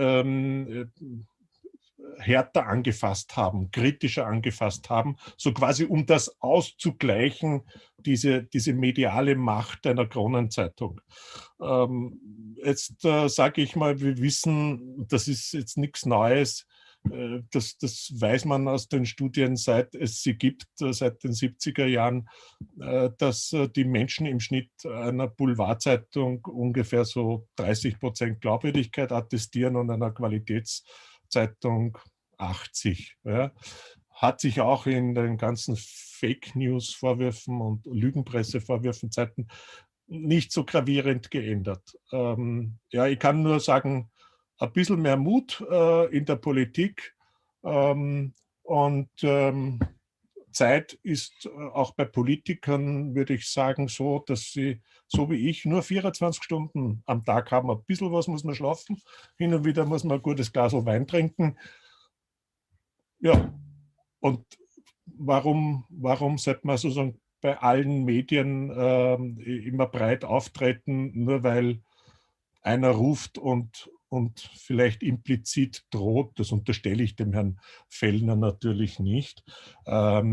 härter angefasst haben, kritischer angefasst haben, so quasi um das auszugleichen, diese mediale Macht einer Kronenzeitung. Jetzt sage ich mal, wir wissen, das ist jetzt nichts Neues, das weiß man aus den Studien, seit es sie gibt, seit den 70er Jahren, dass die Menschen im Schnitt einer Boulevardzeitung ungefähr so 30% Glaubwürdigkeit attestieren und einer Qualitätszeitung 80. Ja. Hat sich auch in den ganzen Fake-News-Vorwürfen und Lügenpresse-Vorwürfen-Zeiten nicht so gravierend geändert. Ja, ich kann nur sagen, ein bisschen mehr Mut in der Politik und Zeit ist auch bei Politikern, würde ich sagen, so, dass sie, so wie ich, nur 24 Stunden am Tag haben. Ein bisschen was muss man schlafen, hin und wieder muss man ein gutes Glas Wein trinken. Ja, und warum sollte man sozusagen bei allen Medien immer breit auftreten, nur weil einer ruft und vielleicht implizit droht, das unterstelle ich dem Herrn Fellner natürlich nicht, dass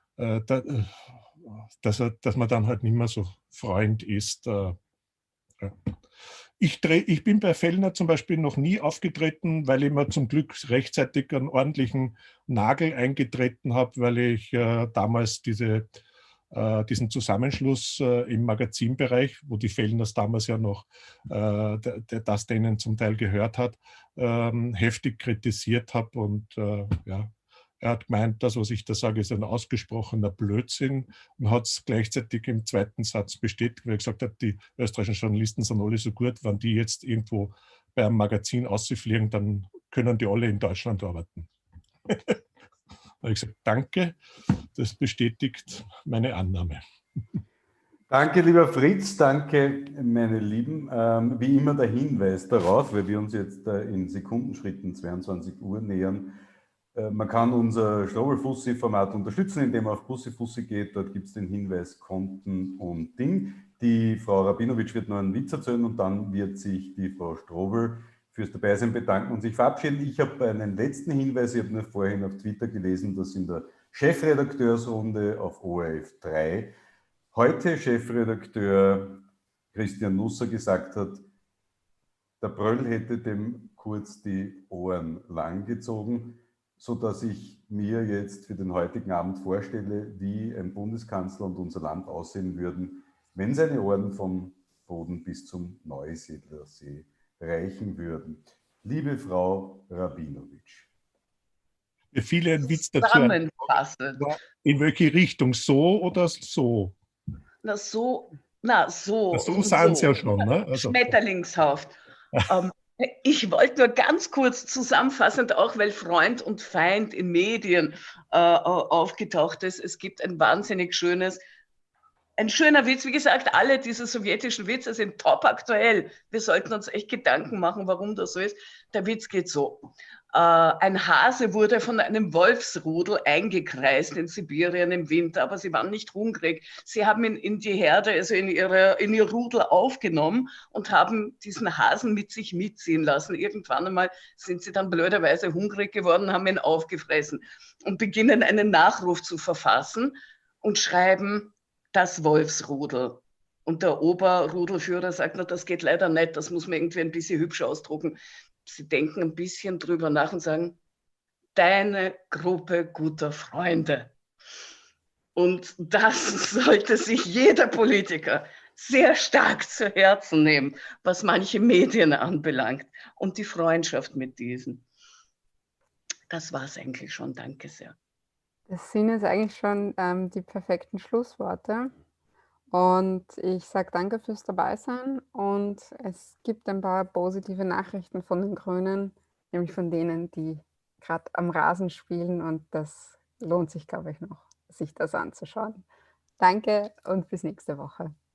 man dann halt nicht mehr so Freund ist. Ja. Ich bin bei Fellner zum Beispiel noch nie aufgetreten, weil ich mir zum Glück rechtzeitig einen ordentlichen Nagel eingetreten habe, weil ich damals diesen Zusammenschluss im Magazinbereich, wo die Fellners damals ja noch das denen zum Teil gehört hat, heftig kritisiert habe und ja, Er hat gemeint, das, was ich da sage, ist ein ausgesprochener Blödsinn und hat es gleichzeitig im zweiten Satz bestätigt, weil er gesagt hat, die österreichischen Journalisten sind alle so gut, wenn die jetzt irgendwo bei einem Magazin ausfliegen, dann können die alle in Deutschland arbeiten. Da habe ich gesagt, danke, das bestätigt meine Annahme. Danke, lieber Fritz, danke, meine Lieben. Wie immer der Hinweis darauf, weil wir uns jetzt in Sekundenschritten 22 Uhr nähern. Man kann unser Strobel-Fussi-Format unterstützen, indem man auf Bussi-Fussi geht. Dort gibt es den Hinweis Konten und Ding. Die Frau Rabinowitsch wird noch einen Witz erzählen und dann wird sich die Frau Strobel fürs Dabeisein bedanken und sich verabschieden. Ich habe einen letzten Hinweis. Ich habe nur vorhin auf Twitter gelesen, dass in der Chefredakteursrunde auf ORF 3 heute Chefredakteur Christian Nusser gesagt hat, der Bröll hätte dem Kurz die Ohren lang gezogen, sodass ich mir jetzt für den heutigen Abend vorstelle, wie ein Bundeskanzler und unser Land aussehen würden, wenn seine Ohren vom Boden bis zum Neusiedlersee reichen würden. Liebe Frau Rabinowitsch. Mir fiel ein Witz dazu. Zusammenfassend. In welche Richtung? So oder so? Na so. So sahen es ja schon. Ne? Also, Schmetterlingshaft. Ich wollte nur ganz kurz zusammenfassend, auch weil Freund und Feind in Medien aufgetaucht ist. Es gibt ein wahnsinnig ein schöner Witz. Wie gesagt, alle diese sowjetischen Witze sind top aktuell. Wir sollten uns echt Gedanken machen, warum das so ist. Der Witz geht so. Ein Hase wurde von einem Wolfsrudel eingekreist in Sibirien im Winter, aber sie waren nicht hungrig. Sie haben ihn in die Herde, also in ihr Rudel aufgenommen und haben diesen Hasen mit sich mitziehen lassen. Irgendwann einmal sind sie dann blöderweise hungrig geworden, haben ihn aufgefressen und beginnen einen Nachruf zu verfassen und schreiben das Wolfsrudel. Und der Oberrudelführer sagt, na, das geht leider nicht, das muss man irgendwie ein bisschen hübsch ausdrucken. Sie denken ein bisschen drüber nach und sagen, deine Gruppe guter Freunde. Und das sollte sich jeder Politiker sehr stark zu Herzen nehmen, was manche Medien anbelangt und die Freundschaft mit diesen. Das war es eigentlich schon. Danke sehr. Das sind jetzt eigentlich schon die perfekten Schlussworte. Und ich sage danke fürs Dabeisein und es gibt ein paar positive Nachrichten von den Grünen, nämlich von denen, die gerade am Rasen spielen und das lohnt sich, glaube ich, noch, sich das anzuschauen. Danke und bis nächste Woche.